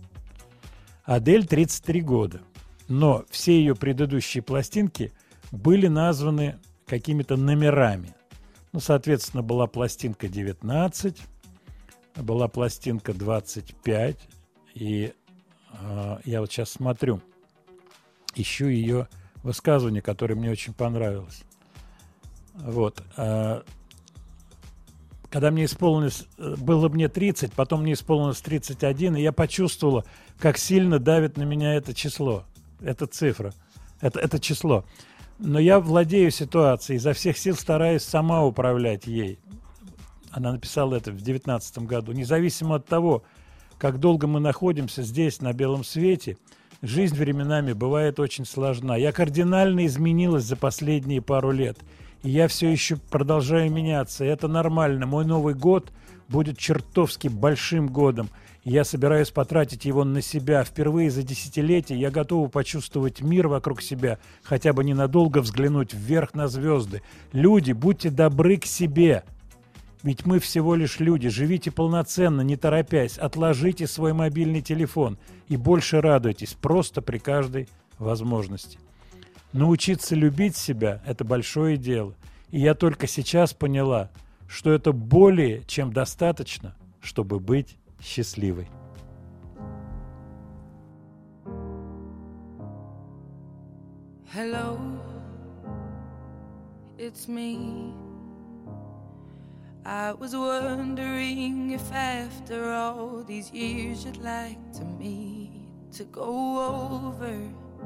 B: Адель тридцать три года. Но все ее предыдущие пластинки были названы какими-то номерами. Ну, соответственно, была пластинка девятнадцать, была пластинка двадцать пять, и э, я вот сейчас смотрю, ищу ее высказывание, которое мне очень понравилось. Вот. Э, когда мне исполнилось, было мне тридцать, потом мне исполнилось тридцать один, и я почувствовала, как сильно давит на меня это число, эта цифра, это, это число. Но я владею ситуацией, изо всех сил стараюсь сама управлять ей. Она написала это в девятнадцатом году. Независимо от того, как долго мы находимся здесь, на белом свете, жизнь временами бывает очень сложна. Я кардинально изменилась за последние пару лет. И я все еще продолжаю меняться. И это нормально. Мой Новый год будет чертовски большим годом. И я собираюсь потратить его на себя. Впервые за десятилетия я готова почувствовать мир вокруг себя, хотя бы ненадолго взглянуть вверх на звезды. Люди, будьте добры к себе. Ведь мы всего лишь люди. Живите полноценно, не торопясь. Отложите свой мобильный телефон и больше радуйтесь просто при каждой возможности. Научиться любить себя – это большое дело. И я только сейчас поняла, что это более чем достаточно, чтобы быть счастливой.
H: Hello, it's me. I was wondering if after all these years you'd like to meet to go over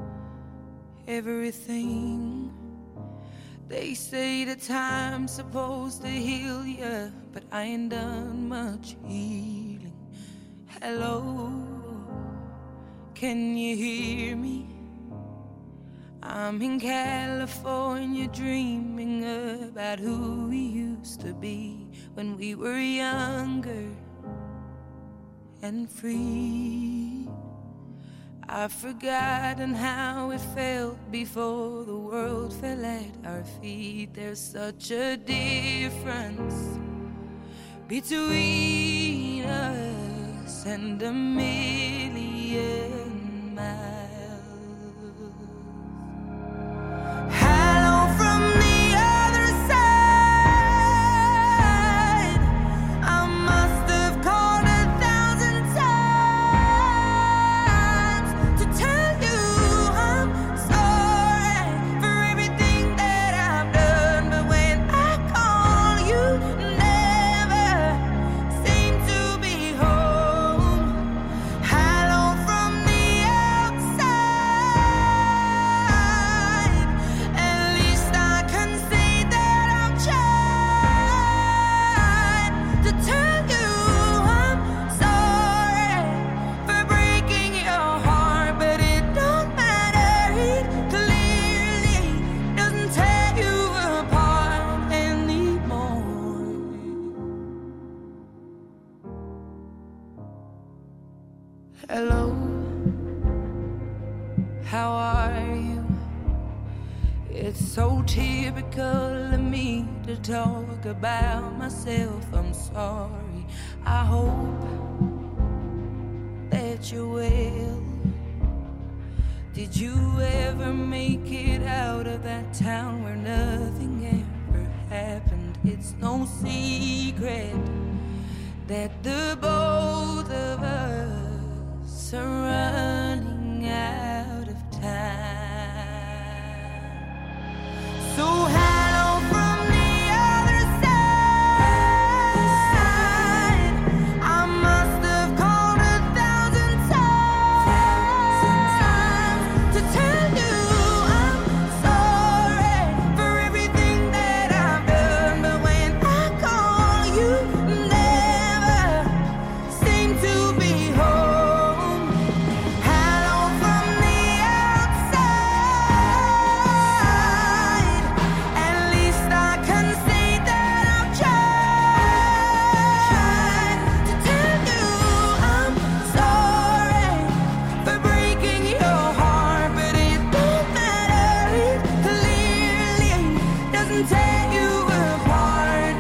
H: everything. They say the time's supposed to heal ya, but I ain't done much healing. Hello, can you hear me? I'm in California dreaming about who we used to be when we were younger and free. I've forgotten how it felt before the world fell at our feet. There's such a difference between us and a million miles. Hello, how are you? It's so typical of me to talk about myself. I'm sorry. I hope that you're well. Did you ever make it out of that town where nothing ever happened? It's no secret that the both of us are running out of time. So hello from the other side. I must have called a thousand times to tell you I'm sorry for everything that I've done. But when I call, you never seem to be home. Hello from the outside. At least I can say that I've tried to tell you I'm sorry for breaking your heart. But it don't matter, it clearly doesn't tear you apart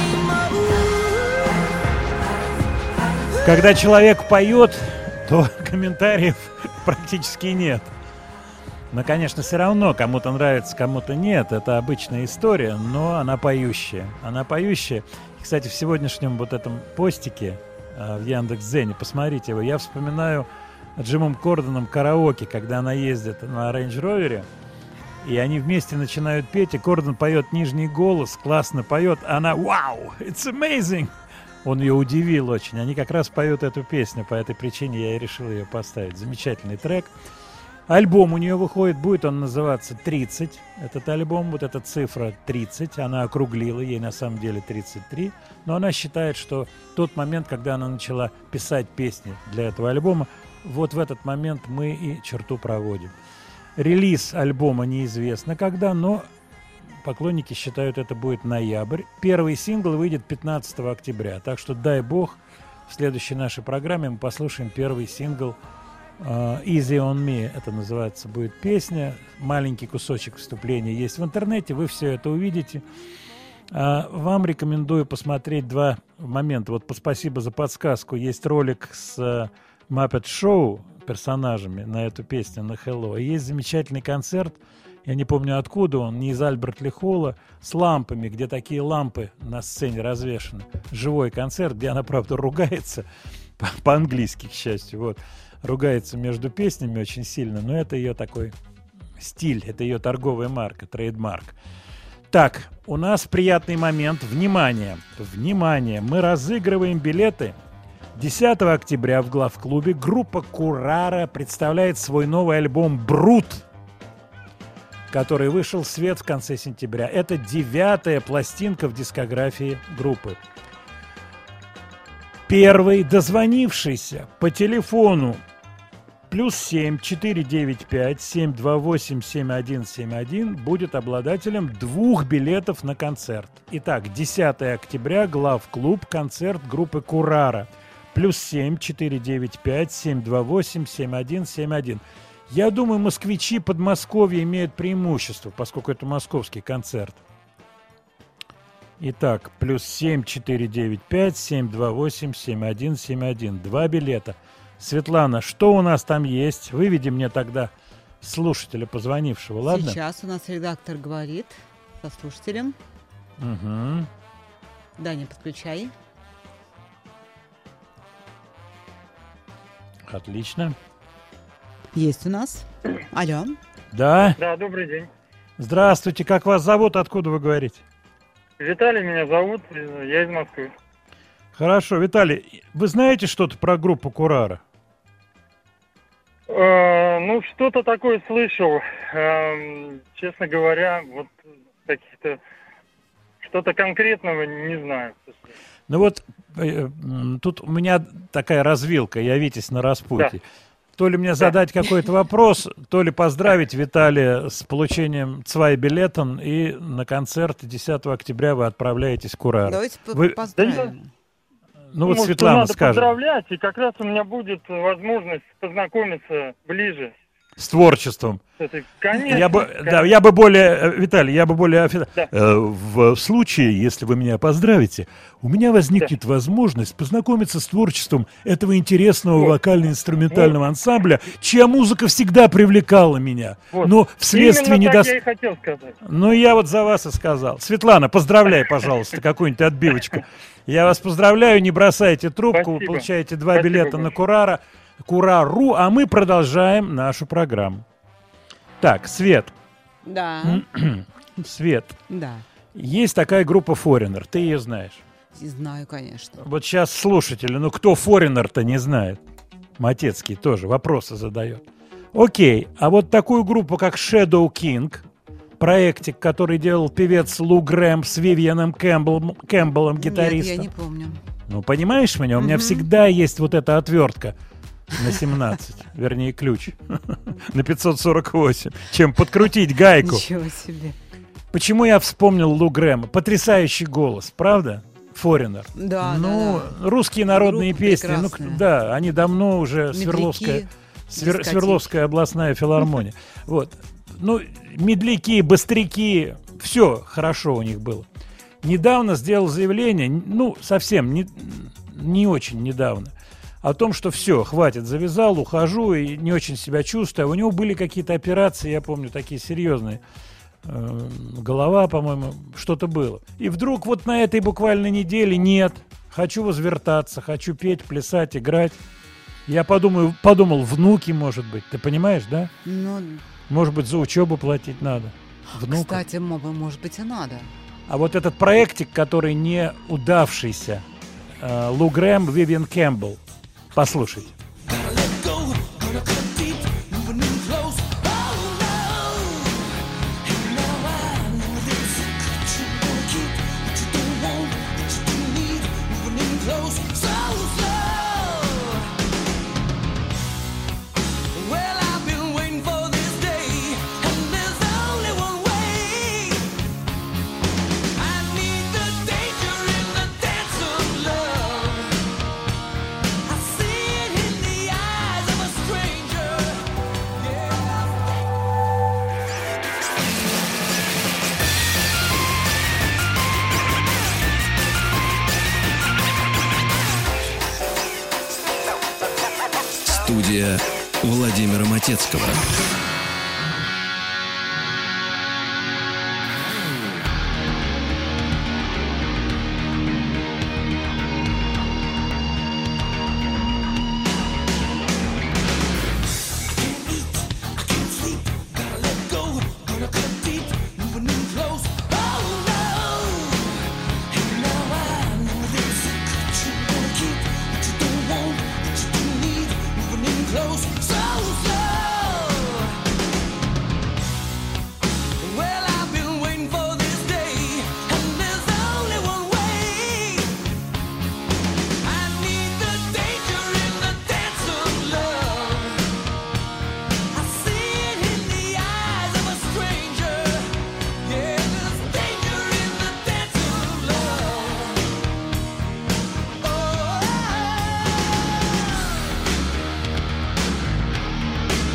H: anymore.
B: Когда человек поет, то комментариев практически нет. Но, конечно, все равно кому-то нравится, кому-то нет. Это обычная история, но она поющая. Она поющая. И, кстати, в сегодняшнем вот этом постике а, в Яндекс.Дзене, посмотрите его, я вспоминаю Джимом Кордоном караоке, когда она ездит на Рейндж Ровере, и они вместе начинают петь, и Кордон поет нижний голос, классно поет, а она «Вау! It's amazing!» Он ее удивил очень. Они как раз поют эту песню, по этой причине я и решил ее поставить. Замечательный трек. Альбом у нее выходит, будет он называться тридцать. Этот альбом, вот эта цифра тридцать, она округлила, ей на самом деле тридцать три. Но она считает, что тот момент, когда она начала писать песни для этого альбома, вот в этот момент мы и черту проводим. Релиз альбома неизвестно когда, но поклонники считают, это будет ноябрь. Первый сингл выйдет пятнадцатого октября. Так что, дай бог, в следующей нашей программе мы послушаем первый сингл uh, «Easy on Me». Это называется будет песня. Маленький кусочек вступления есть в интернете. Вы все это увидите. Uh, вам рекомендую посмотреть два момента. Вот спасибо за подсказку. Есть ролик с uh, Muppet Show персонажами на эту песню, на Hello. И есть замечательный концерт. Я не помню, откуда он, не из Альберт-Ли-Холла, с лампами, где такие лампы на сцене развешаны. Живой концерт, где она, правда, ругается, по-английски, к счастью, вот. Ругается между песнями очень сильно, но это ее такой стиль, это ее торговая марка, трейдмарк. Так, у нас приятный момент. Внимание, внимание, мы разыгрываем билеты. десятого октября в главклубе группа Курара представляет свой новый альбом «Брут», который вышел в свет в конце сентября. Это девятая пластинка в дискографии группы. Первый дозвонившийся по телефону плюс семь четыре девять пять семь два восемь семь один семь один будет обладателем двух билетов на концерт. Итак, десятого октября, главклуб, концерт группы Курара. Плюс семь четыре девять пять семь два восемь семь один семь один. Я думаю, москвичи Подмосковья имеют преимущество, поскольку это московский концерт. Итак, плюс семь четыре девять пять семь два восемь семь один семь один. Два билета. Светлана, что у нас там есть? Выведи мне тогда слушателя, позвонившего, ладно?
C: Сейчас у нас редактор говорит со слушателем.
B: Угу.
C: Даня, подключай.
B: Отлично.
C: Есть у нас. Алло.
B: Да?
I: Да, добрый день.
B: Здравствуйте, как вас зовут, откуда вы говорите?
I: Виталий меня зовут, я из Москвы.
B: Хорошо, Виталий, вы знаете что-то про группу Курара?
I: Э, ну, что-то такое слышал. Э, честно говоря, вот каких-то... Что-то конкретного не знаю.
B: Ну вот, э, тут у меня такая развилка, я Витязь на распутье.
I: Да.
B: То ли мне задать какой-то вопрос, то ли поздравить Виталия с получением цвай-билетен, и на концерт десятого октября вы отправляетесь в Курар.
C: Давайте
B: вы...
C: поздравим.
B: Ну вот
I: думаю,
B: Светлана
I: что надо
B: скажет.
I: поздравлять, и как раз у меня будет возможность познакомиться ближе
B: С творчеством.
I: с этой. Конечно.
B: Я бы,
I: конечно.
B: да, я бы более, э, Виталий, я бы более... офи-
I: Да.
B: Э, В случае, если вы меня поздравите, у меня возникнет возможность познакомиться с творчеством этого интересного
I: Вот.
B: вокально-инструментального ансамбля, чья музыка всегда привлекала меня.
I: Вот.
B: Но вследствие
I: Именно так
B: недос...
I: я и хотел сказать.
B: Ну, я вот за вас и сказал. Светлана, поздравляй, пожалуйста, какую-нибудь отбивочку. Я вас поздравляю, не бросайте трубку, вы
I: Спасибо.
B: получаете два
I: Спасибо
B: билета на
I: большое.
B: Курара, Курару, а мы продолжаем нашу программу. Так, Свет,
C: Да,
B: Свет,
C: да.
B: есть такая группа Foreigner, ты ее знаешь.
C: Знаю, конечно.
B: Вот сейчас слушатели, ну кто Foreigner-то не знает? Матецкий тоже вопросы задает. Окей, а вот такую группу, как Shadow King, проектик, который делал певец Лу Грэм с Вивьеном Кэмпбеллом, Кэмпбеллом, гитаристом.
C: Нет, я не помню.
B: Ну, понимаешь меня, у меня
C: Мгм.
B: всегда есть вот эта отвертка на семнадцать, вернее, ключ на пятьсот сорок восемь, чем подкрутить гайку.
C: Ничего себе.
B: Почему я вспомнил Лу Грэма? Потрясающий голос, правда? Foreigner.
C: Да,
B: Ну,
C: да, да.
B: русские народные
C: Группа
B: песни, ну,
C: прекрасная.
B: к- да, они давно уже
C: Медляки,
B: Свердловская, Свер-
C: дискотеки.
B: Свердловская областная филармония. Вот. Ну, медляки, быстряки, все хорошо у них было. Недавно сделал заявление, н- ну, совсем не, не очень недавно, о том, что все, хватит, завязал, ухожу и не очень себя чувствую. У него были какие-то операции, я помню, такие серьезные. Э, Голова, по-моему, что-то было. И вдруг вот на этой буквально неделе нет. Хочу возвертаться, хочу петь, плясать, играть. Я подумаю, подумал, внуки, может быть. Ты понимаешь, да?
C: Ну,
B: Может быть, за учебу платить надо. Внукам.
C: кстати, мо- может быть, и надо.
B: А вот этот проектик, который не удавшийся, э, Лу Грэм, Вивиан Кэмпбелл. Послушайте.
F: Well, I've been waiting for this day, and there's only one way. I need the danger in the dance of love. I see it in the eyes of a stranger.
A: Студия Владимира Матецкого.
F: Close, so slow. Well, I've been waiting for this day, and there's only one way. I need the danger in the dance of love. I see it in the eyes of a stranger. Yeah, there's danger in the dance of love. Oh.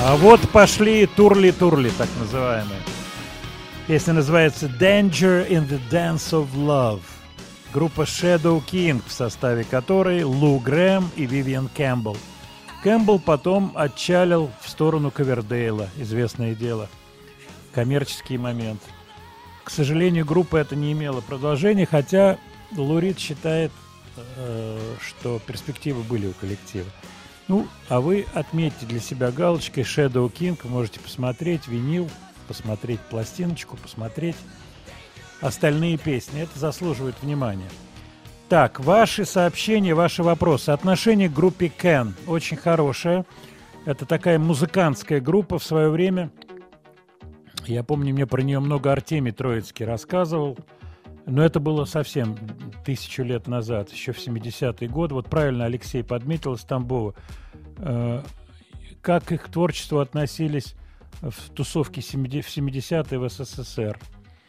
B: А вот пошли турли-турли, так называемые. Песня называется «Danger in the Dance of Love». Группа Shadow King, в составе которой Лу Грэм и Вивиан Кэмпбелл. Кэмпбелл потом отчалил в сторону Ковердейла, известное дело. Коммерческий момент. К сожалению, группа это не имела продолжения, хотя Лу Рид считает, э, что перспективы были у коллектива. Ну, а вы отметьте для себя галочкой Shadow King, можете посмотреть винил, посмотреть пластиночку, посмотреть остальные песни. Это заслуживает внимания. Так, ваши сообщения, ваши вопросы. Отношение к группе Кен очень хорошее. Это такая музыкантская группа в свое время. Я помню, мне про нее много Артемий Троицкий рассказывал. Но это было совсем тысячу лет назад, еще в семидесятые годы. Вот правильно Алексей подметил из Тамбова. Э, как к их творчеству относились в тусовке в семидесятые в СССР.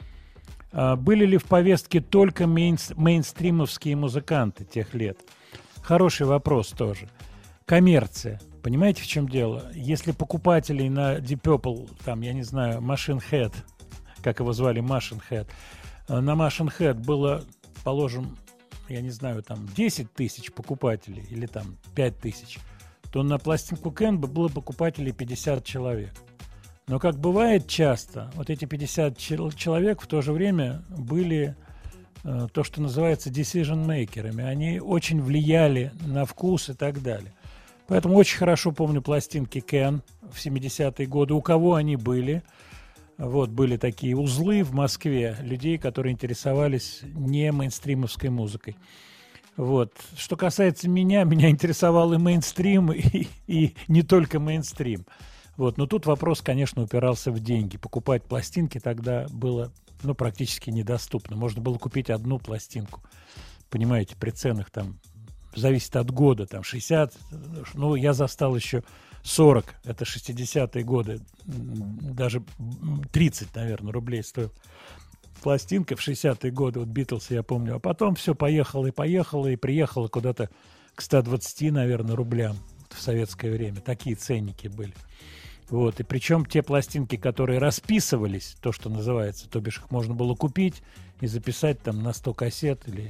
B: Э, были ли в повестке только мейн, мейнстримовские музыканты тех лет? Хороший вопрос тоже. Коммерция. Понимаете, в чем дело? Если покупателей на Deep Purple, там, я не знаю, Machine Head, как его звали, Machine Head, на Machine Head было, положим, я не знаю, там десять тысяч покупателей или там пять тысяч, то на пластинку Кен было покупателей пятьдесят человек. Но, как бывает часто, вот эти пятьдесят человек в то же время были э, то, что называется decision-makers. Они очень влияли на вкус и так далее. Поэтому очень хорошо помню пластинки Кен в семидесятые годы. У кого они были? Вот, были такие узлы в Москве людей, которые интересовались не мейнстримовской музыкой. Вот. Что касается меня, меня интересовал и мейнстрим, и, и не только мейнстрим. Вот. Но тут вопрос, конечно, упирался в деньги. Покупать пластинки тогда было, ну, практически недоступно. Можно было купить одну пластинку. Понимаете, при ценах там, зависит от года, там шестьдесят, ну, я застал еще сорок, это шестидесятые годы, даже тридцать, наверное, рублей стоил пластинка в шестидесятые годы, вот Битлз, я помню, а потом все поехало и поехало, и приехало куда-то к ста двадцати, наверное, рублям в советское время, такие ценники были. Вот, и причем те пластинки, которые расписывались, то, что называется, то бишь их можно было купить и записать там на сто кассет или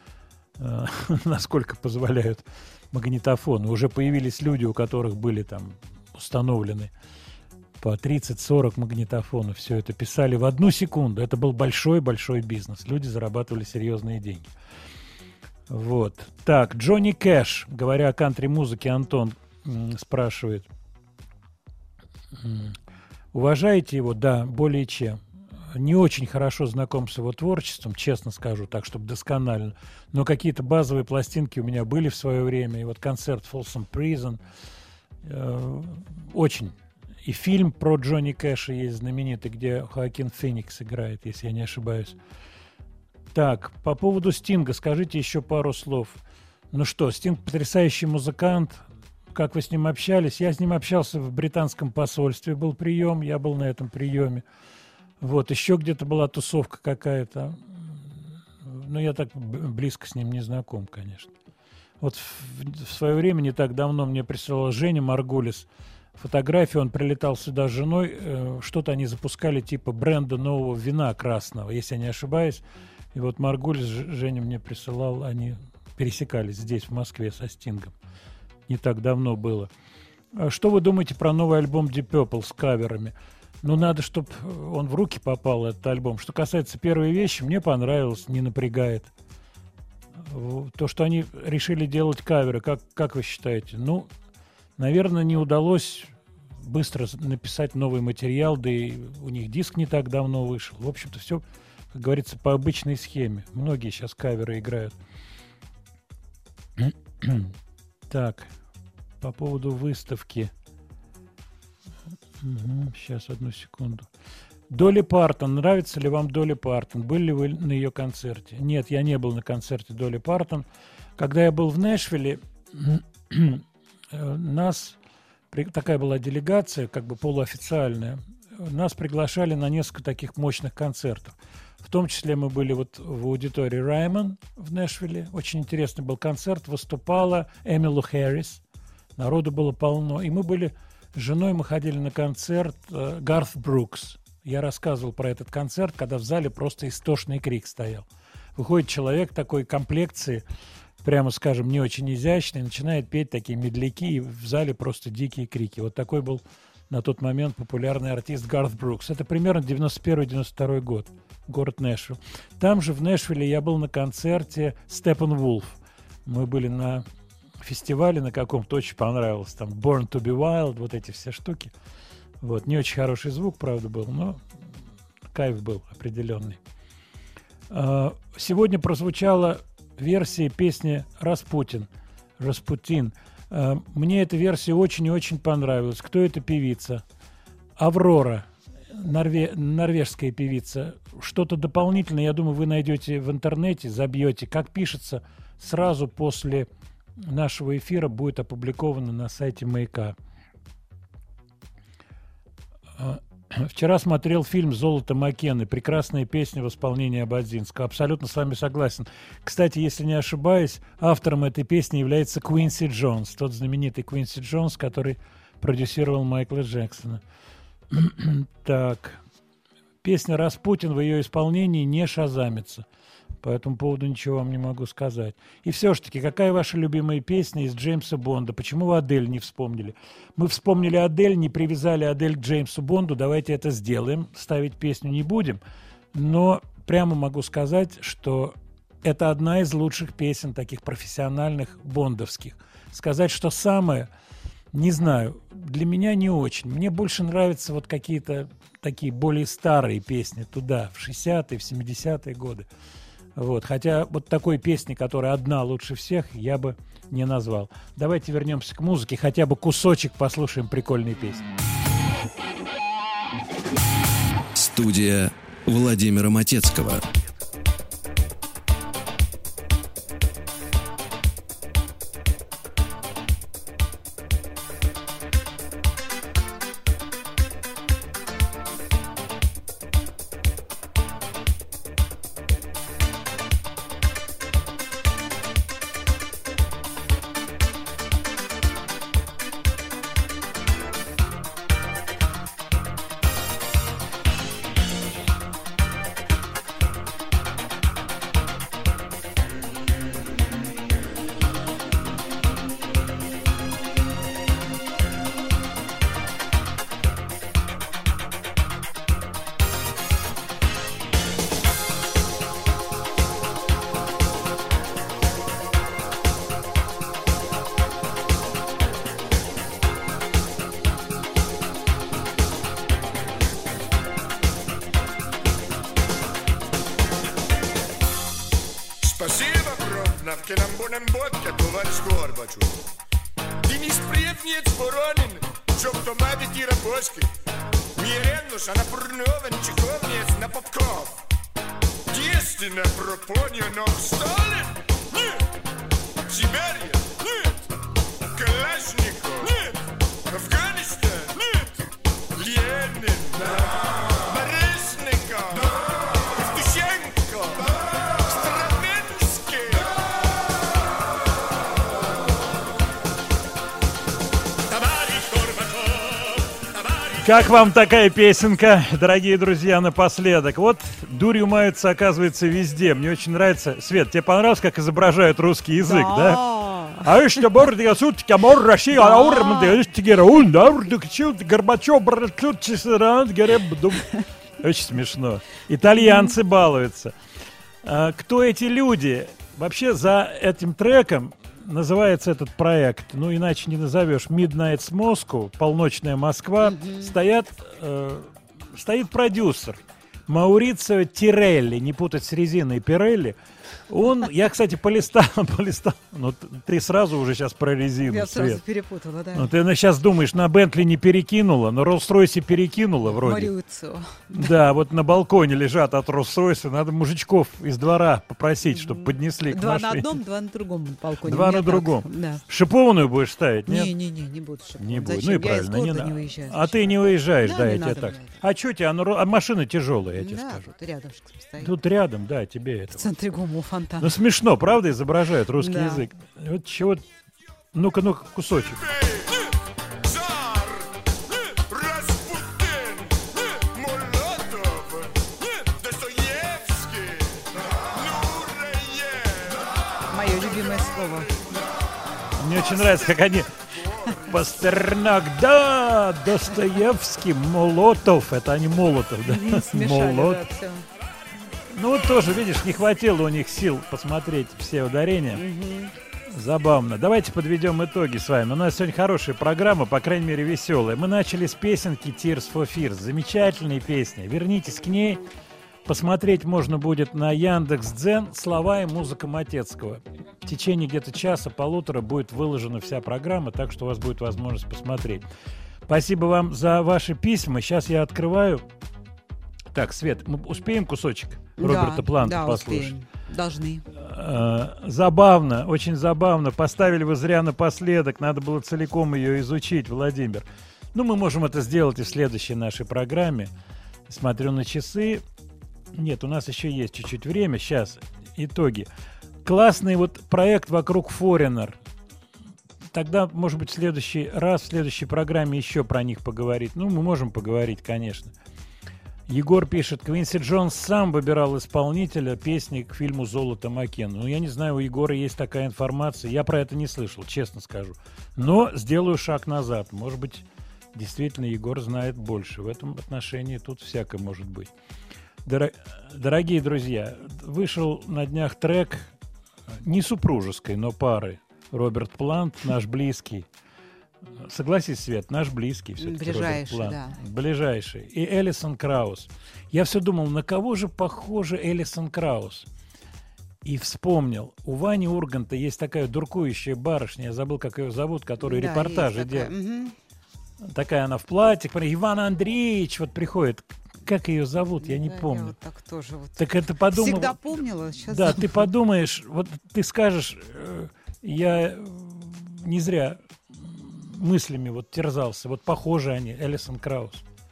B: э, насколько позволяют магнитофоны. Уже появились люди, у которых были там установлены по тридцать-сорок магнитофонов. Все это писали в одну секунду. Это был большой-большой бизнес. Люди зарабатывали серьезные деньги. Вот. Так, Джонни Кэш, говоря о кантри-музыке, Антон м, спрашивает. Уважаете его? Да, более чем. Не очень хорошо знаком с его творчеством, честно скажу, так, чтобы досконально. Но какие-то базовые пластинки у меня были в свое время. И вот концерт Folsom Prison. Э, очень. И фильм про Джонни Кэша есть знаменитый, где Хоакин Феникс играет, если я не ошибаюсь. Так, по поводу Стинга скажите еще пару слов. Ну что, Стинг потрясающий музыкант. Как вы с ним общались? Я с ним общался в британском посольстве. Был прием, я был на этом приеме. Вот, еще где-то была тусовка какая-то. Но я так близко с ним не знаком, конечно. Вот в, в свое время, не так давно, мне присылал Женя Маргулис фотографию. Он прилетал сюда с женой. Э, что-то они запускали типа бренда нового вина красного, если я не ошибаюсь. И вот Маргулис, Женя мне присылал, они пересекались здесь, в Москве, со Стингом. Не так давно было. Что вы думаете про новый альбом Deep Purple с каверами? Ну, надо, чтобы он в руки попал, этот альбом. Что касается первой вещи, мне понравилось, не напрягает. То, что они решили делать каверы, как, как вы считаете? Ну, наверное, не удалось быстро написать новый материал, да и у них диск не так давно вышел. В общем-то, все, как говорится, по обычной схеме. Многие сейчас каверы играют. Так, по поводу выставки. Угу, сейчас, одну секунду. Долли Партон. Нравится ли вам Долли Партон? Были ли вы на ее концерте? Нет, я не был на концерте Долли Партон. Когда я был в Нэшвилле, нас, такая была делегация, как бы полуофициальная, нас приглашали на несколько таких мощных концертов. В том числе мы были вот в аудитории Раймон в Нэшвилле. Очень интересный был концерт. Выступала Эмилу Хэрис. Народу было полно. И мы были С женой мы ходили на концерт э, Гарth Брукс. Я рассказывал про этот концерт, когда в зале просто истошный крик стоял. Выходит человек такой комплекции, прямо скажем, не очень изящный, начинает петь такие медляки, и в зале просто дикие крики. Вот такой был на тот момент популярный артист Гарth Брукс. Это примерно девяносто первый — девяносто второй год, город Нэшвилл. Там же в Нэшвилле я был на концерте Steppenwolf. Мы были на фестивале на каком-то, очень понравилось. Там Born to be Wild, вот эти все штуки. Вот. Не очень хороший звук, правда, был, но кайф был определенный. Сегодня прозвучала версия песни «Распутин». «Распутин». Мне эта версия очень и очень понравилась. Кто эта певица? Аврора, норве... норвежская певица. Что-то дополнительное, я думаю, вы найдете в интернете, забьете. Как пишется, сразу после нашего эфира будет опубликовано на сайте «Маяка». Вчера смотрел фильм «Золото Маккены». Прекрасная песня в исполнении Ободзинского. Абсолютно с вами согласен. Кстати, если не ошибаюсь, автором этой песни является Квинси Джонс. Тот знаменитый Квинси Джонс, который продюсировал Майкла Джексона. Так. Песня «Распутин» в ее исполнении не шазамится. По этому поводу ничего вам не могу сказать. И все-таки, какая ваша любимая песня из Джеймса Бонда? Почему вы Адель не вспомнили? Мы вспомнили Адель, не привязали Адель к Джеймсу Бонду. Давайте это сделаем. Ставить песню не будем. Но прямо могу сказать, что это одна из лучших песен, таких профессиональных бондовских. Сказать, что самое, не знаю, для меня не очень. Мне больше нравятся вот какие-то такие более старые песни туда, в шестидесятые, в семидесятые годы. Вот. Хотя вот такой песни, которая одна лучше всех, я бы не назвал. Давайте вернемся к музыке, хотя бы кусочек послушаем прикольной песни.
A: Студия Владимира Матецкого.
J: Спасибо, брат, навкинам будем бодка, товарищ Горбачев. Денис Превнец Воронин, чоп то мабити рабочки. Миреннус, она пурновен, чеховнец на попков. Дестина пропонio, но Сталин? Нет. Сибирия? Нет. Калашников? Нет. Афганистан? Нет. Ленин? Да. Борисников? Да. Евтушенко? Да.
B: Как вам такая песенка, дорогие друзья, напоследок? Вот дурью маются, оказывается, везде. Мне очень нравится. Свет, тебе понравилось, как изображают русский язык, да? А и что, бордия сутки, амор, Россия, аур, мандеистигераун, да, Горбачев, очень смешно. Итальянцы балуются. А кто эти люди? Вообще за этим треком называется этот проект, ну иначе не назовешь, Midnight's Moscow, полночная Москва, mm-hmm. стоят, э, стоит продюсер Маурицио Тирелли, не путать с резиной Пирелли. Он, я, кстати, полистал, полистал, ну ты сразу уже сейчас про резину,
C: я
B: Свет.
C: сразу перепутала, да.
B: Ну ты сейчас думаешь, на Бентли не перекинула, на Роллс-Ройсе перекинула вроде.
C: Маурицио.
B: Да, вот на балконе лежат от Роллс-Ройса, надо мужичков из двора попросить, чтобы поднесли к
C: два
B: машине.
C: Два на одном, два на другом балконе.
B: Два на
C: так,
B: другом.
C: Да.
B: Шипованную будешь ставить, нет?
C: Не-не-не, не буду шипованную.
B: Не будет.
C: Зачем?
B: Ну и
C: я
B: правильно, не
C: не
B: надо.
C: Уезжаю,
B: а ты не уезжаешь, да,
C: да
B: я
C: не
B: тебе
C: надо
B: так.
C: мне это.
B: А что тебе, оно, а машина тяжелая, я тебе
C: да,
B: скажу.
C: тут рядом стоит.
B: Тут рядом, да, тебе это.
C: В центре ГУМа у фонтана.
B: Ну смешно, правда, изображают русский
C: да.
B: язык. Вот чего. Ну-ка, ну-ка, кусочек.
C: Мое любимое слово.
B: Мне очень нравится, как они... Пастернак, да, Достоевский, Молотов. Это они Молотов, да?
C: Смешали,
B: Молот.
C: да, всё.
B: Ну вот тоже, видишь, не хватило у них сил посмотреть все ударения. Забавно. Давайте подведем итоги с вами. У нас сегодня хорошая программа, по крайней мере, веселая. Мы начали с песенки Tears for Fears. Замечательные песни. Вернитесь к ней. Посмотреть можно будет на Яндекс.Дзен слова и музыка Матецкого. В течение где-то часа-полутора будет выложена вся программа, так что у вас будет возможность посмотреть. Спасибо вам за ваши письма. Сейчас я открываю. Так, Свет, мы успеем кусочек Роберта
C: Да,
B: Планта
C: да,
B: послушать?
C: успеем. Должны.
B: Э, Забавно, очень забавно. Поставили вы зря напоследок. Надо было целиком ее изучить, Владимир. Ну, мы можем это сделать и в следующей нашей программе. Смотрю на часы. Нет, у нас еще есть чуть-чуть время. Сейчас итоги. Классный вот проект вокруг Foreigner. Тогда, может быть, в следующий раз, в следующей программе еще про них поговорить. Ну, мы можем поговорить, конечно. Егор пишет, Квинси Джонс сам выбирал исполнителя песни к фильму «Золото Маккена». Ну, я не знаю, у Егора есть такая информация. Я про это не слышал, честно скажу. Но сделаю шаг назад. Может быть, действительно, Егор знает больше. В этом отношении тут всякое может быть. Дор- Дорогие друзья, вышел на днях трек не супружеской, но пары. Роберт Плант, наш близкий. Согласись, Свет, наш близкий все-таки.
C: Ближайший,
B: Роберт
C: да.
B: Плант. Ближайший. И Элисон Краус. Я все думал, на кого же похожа Элисон Краус? И вспомнил. У Вани Урганта есть такая дуркующая барышня, я забыл, как ее зовут, которая
C: Да,
B: репортажи
C: есть такая.
B: делает.
C: Мгм.
B: Такая она в платье. Иван Андреевич вот приходит. Как ее зовут, я не
C: Да,
B: помню.
C: Я вот так тоже вот
B: Так это подумал.
C: всегда помнила. Сейчас
B: Да, ты подумаешь, вот ты скажешь, э, я э, не зря мыслями вот терзался. Вот похожи они, Элисон Краус.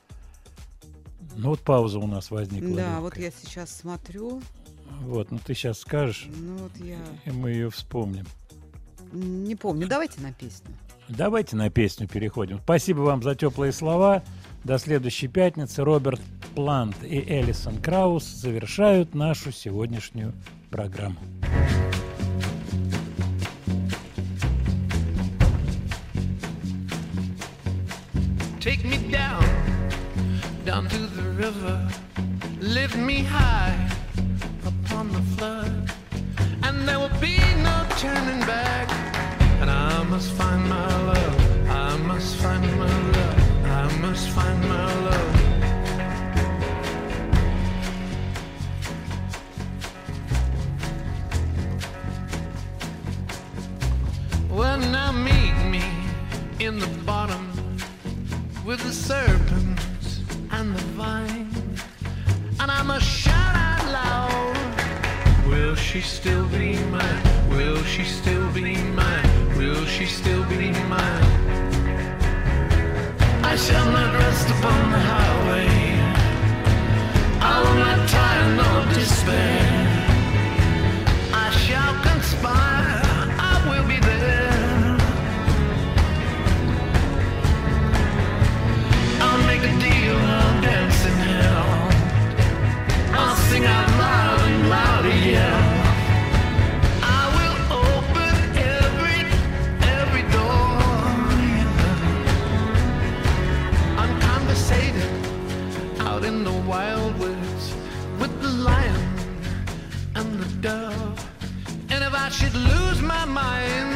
B: Ну вот пауза у нас возникла.
C: Да,
B: легкая.
C: вот я сейчас смотрю.
B: Вот, ну ты сейчас скажешь,
C: Ну вот я
B: и мы ее вспомним.
C: не помню. Давайте на песню.
B: Давайте на песню переходим. Спасибо вам за теплые слова. До следующей пятницы. Роберт Плант и Элисон Краус завершают нашу сегодняшнюю программу.
F: Take me down, down to the river, lift me high upon the flood, and there will be no turning back. And I must find my love, I must find my love, I must find my love. Well, now meet me in the bottom with the serpents and the vine, and I must shout out loud, will she still be mine? Will she still be mine? Will she still be mine? I shall not rest upon the highway, I will not tire nor despair. I shall conspire, I will be there. I'll make a deal, I'll dance in hell, I'll sing out loud and louder yell. I will open every, every door. I'm conversating out in the wild woods with the lion and the dove. And if I should lose my mind,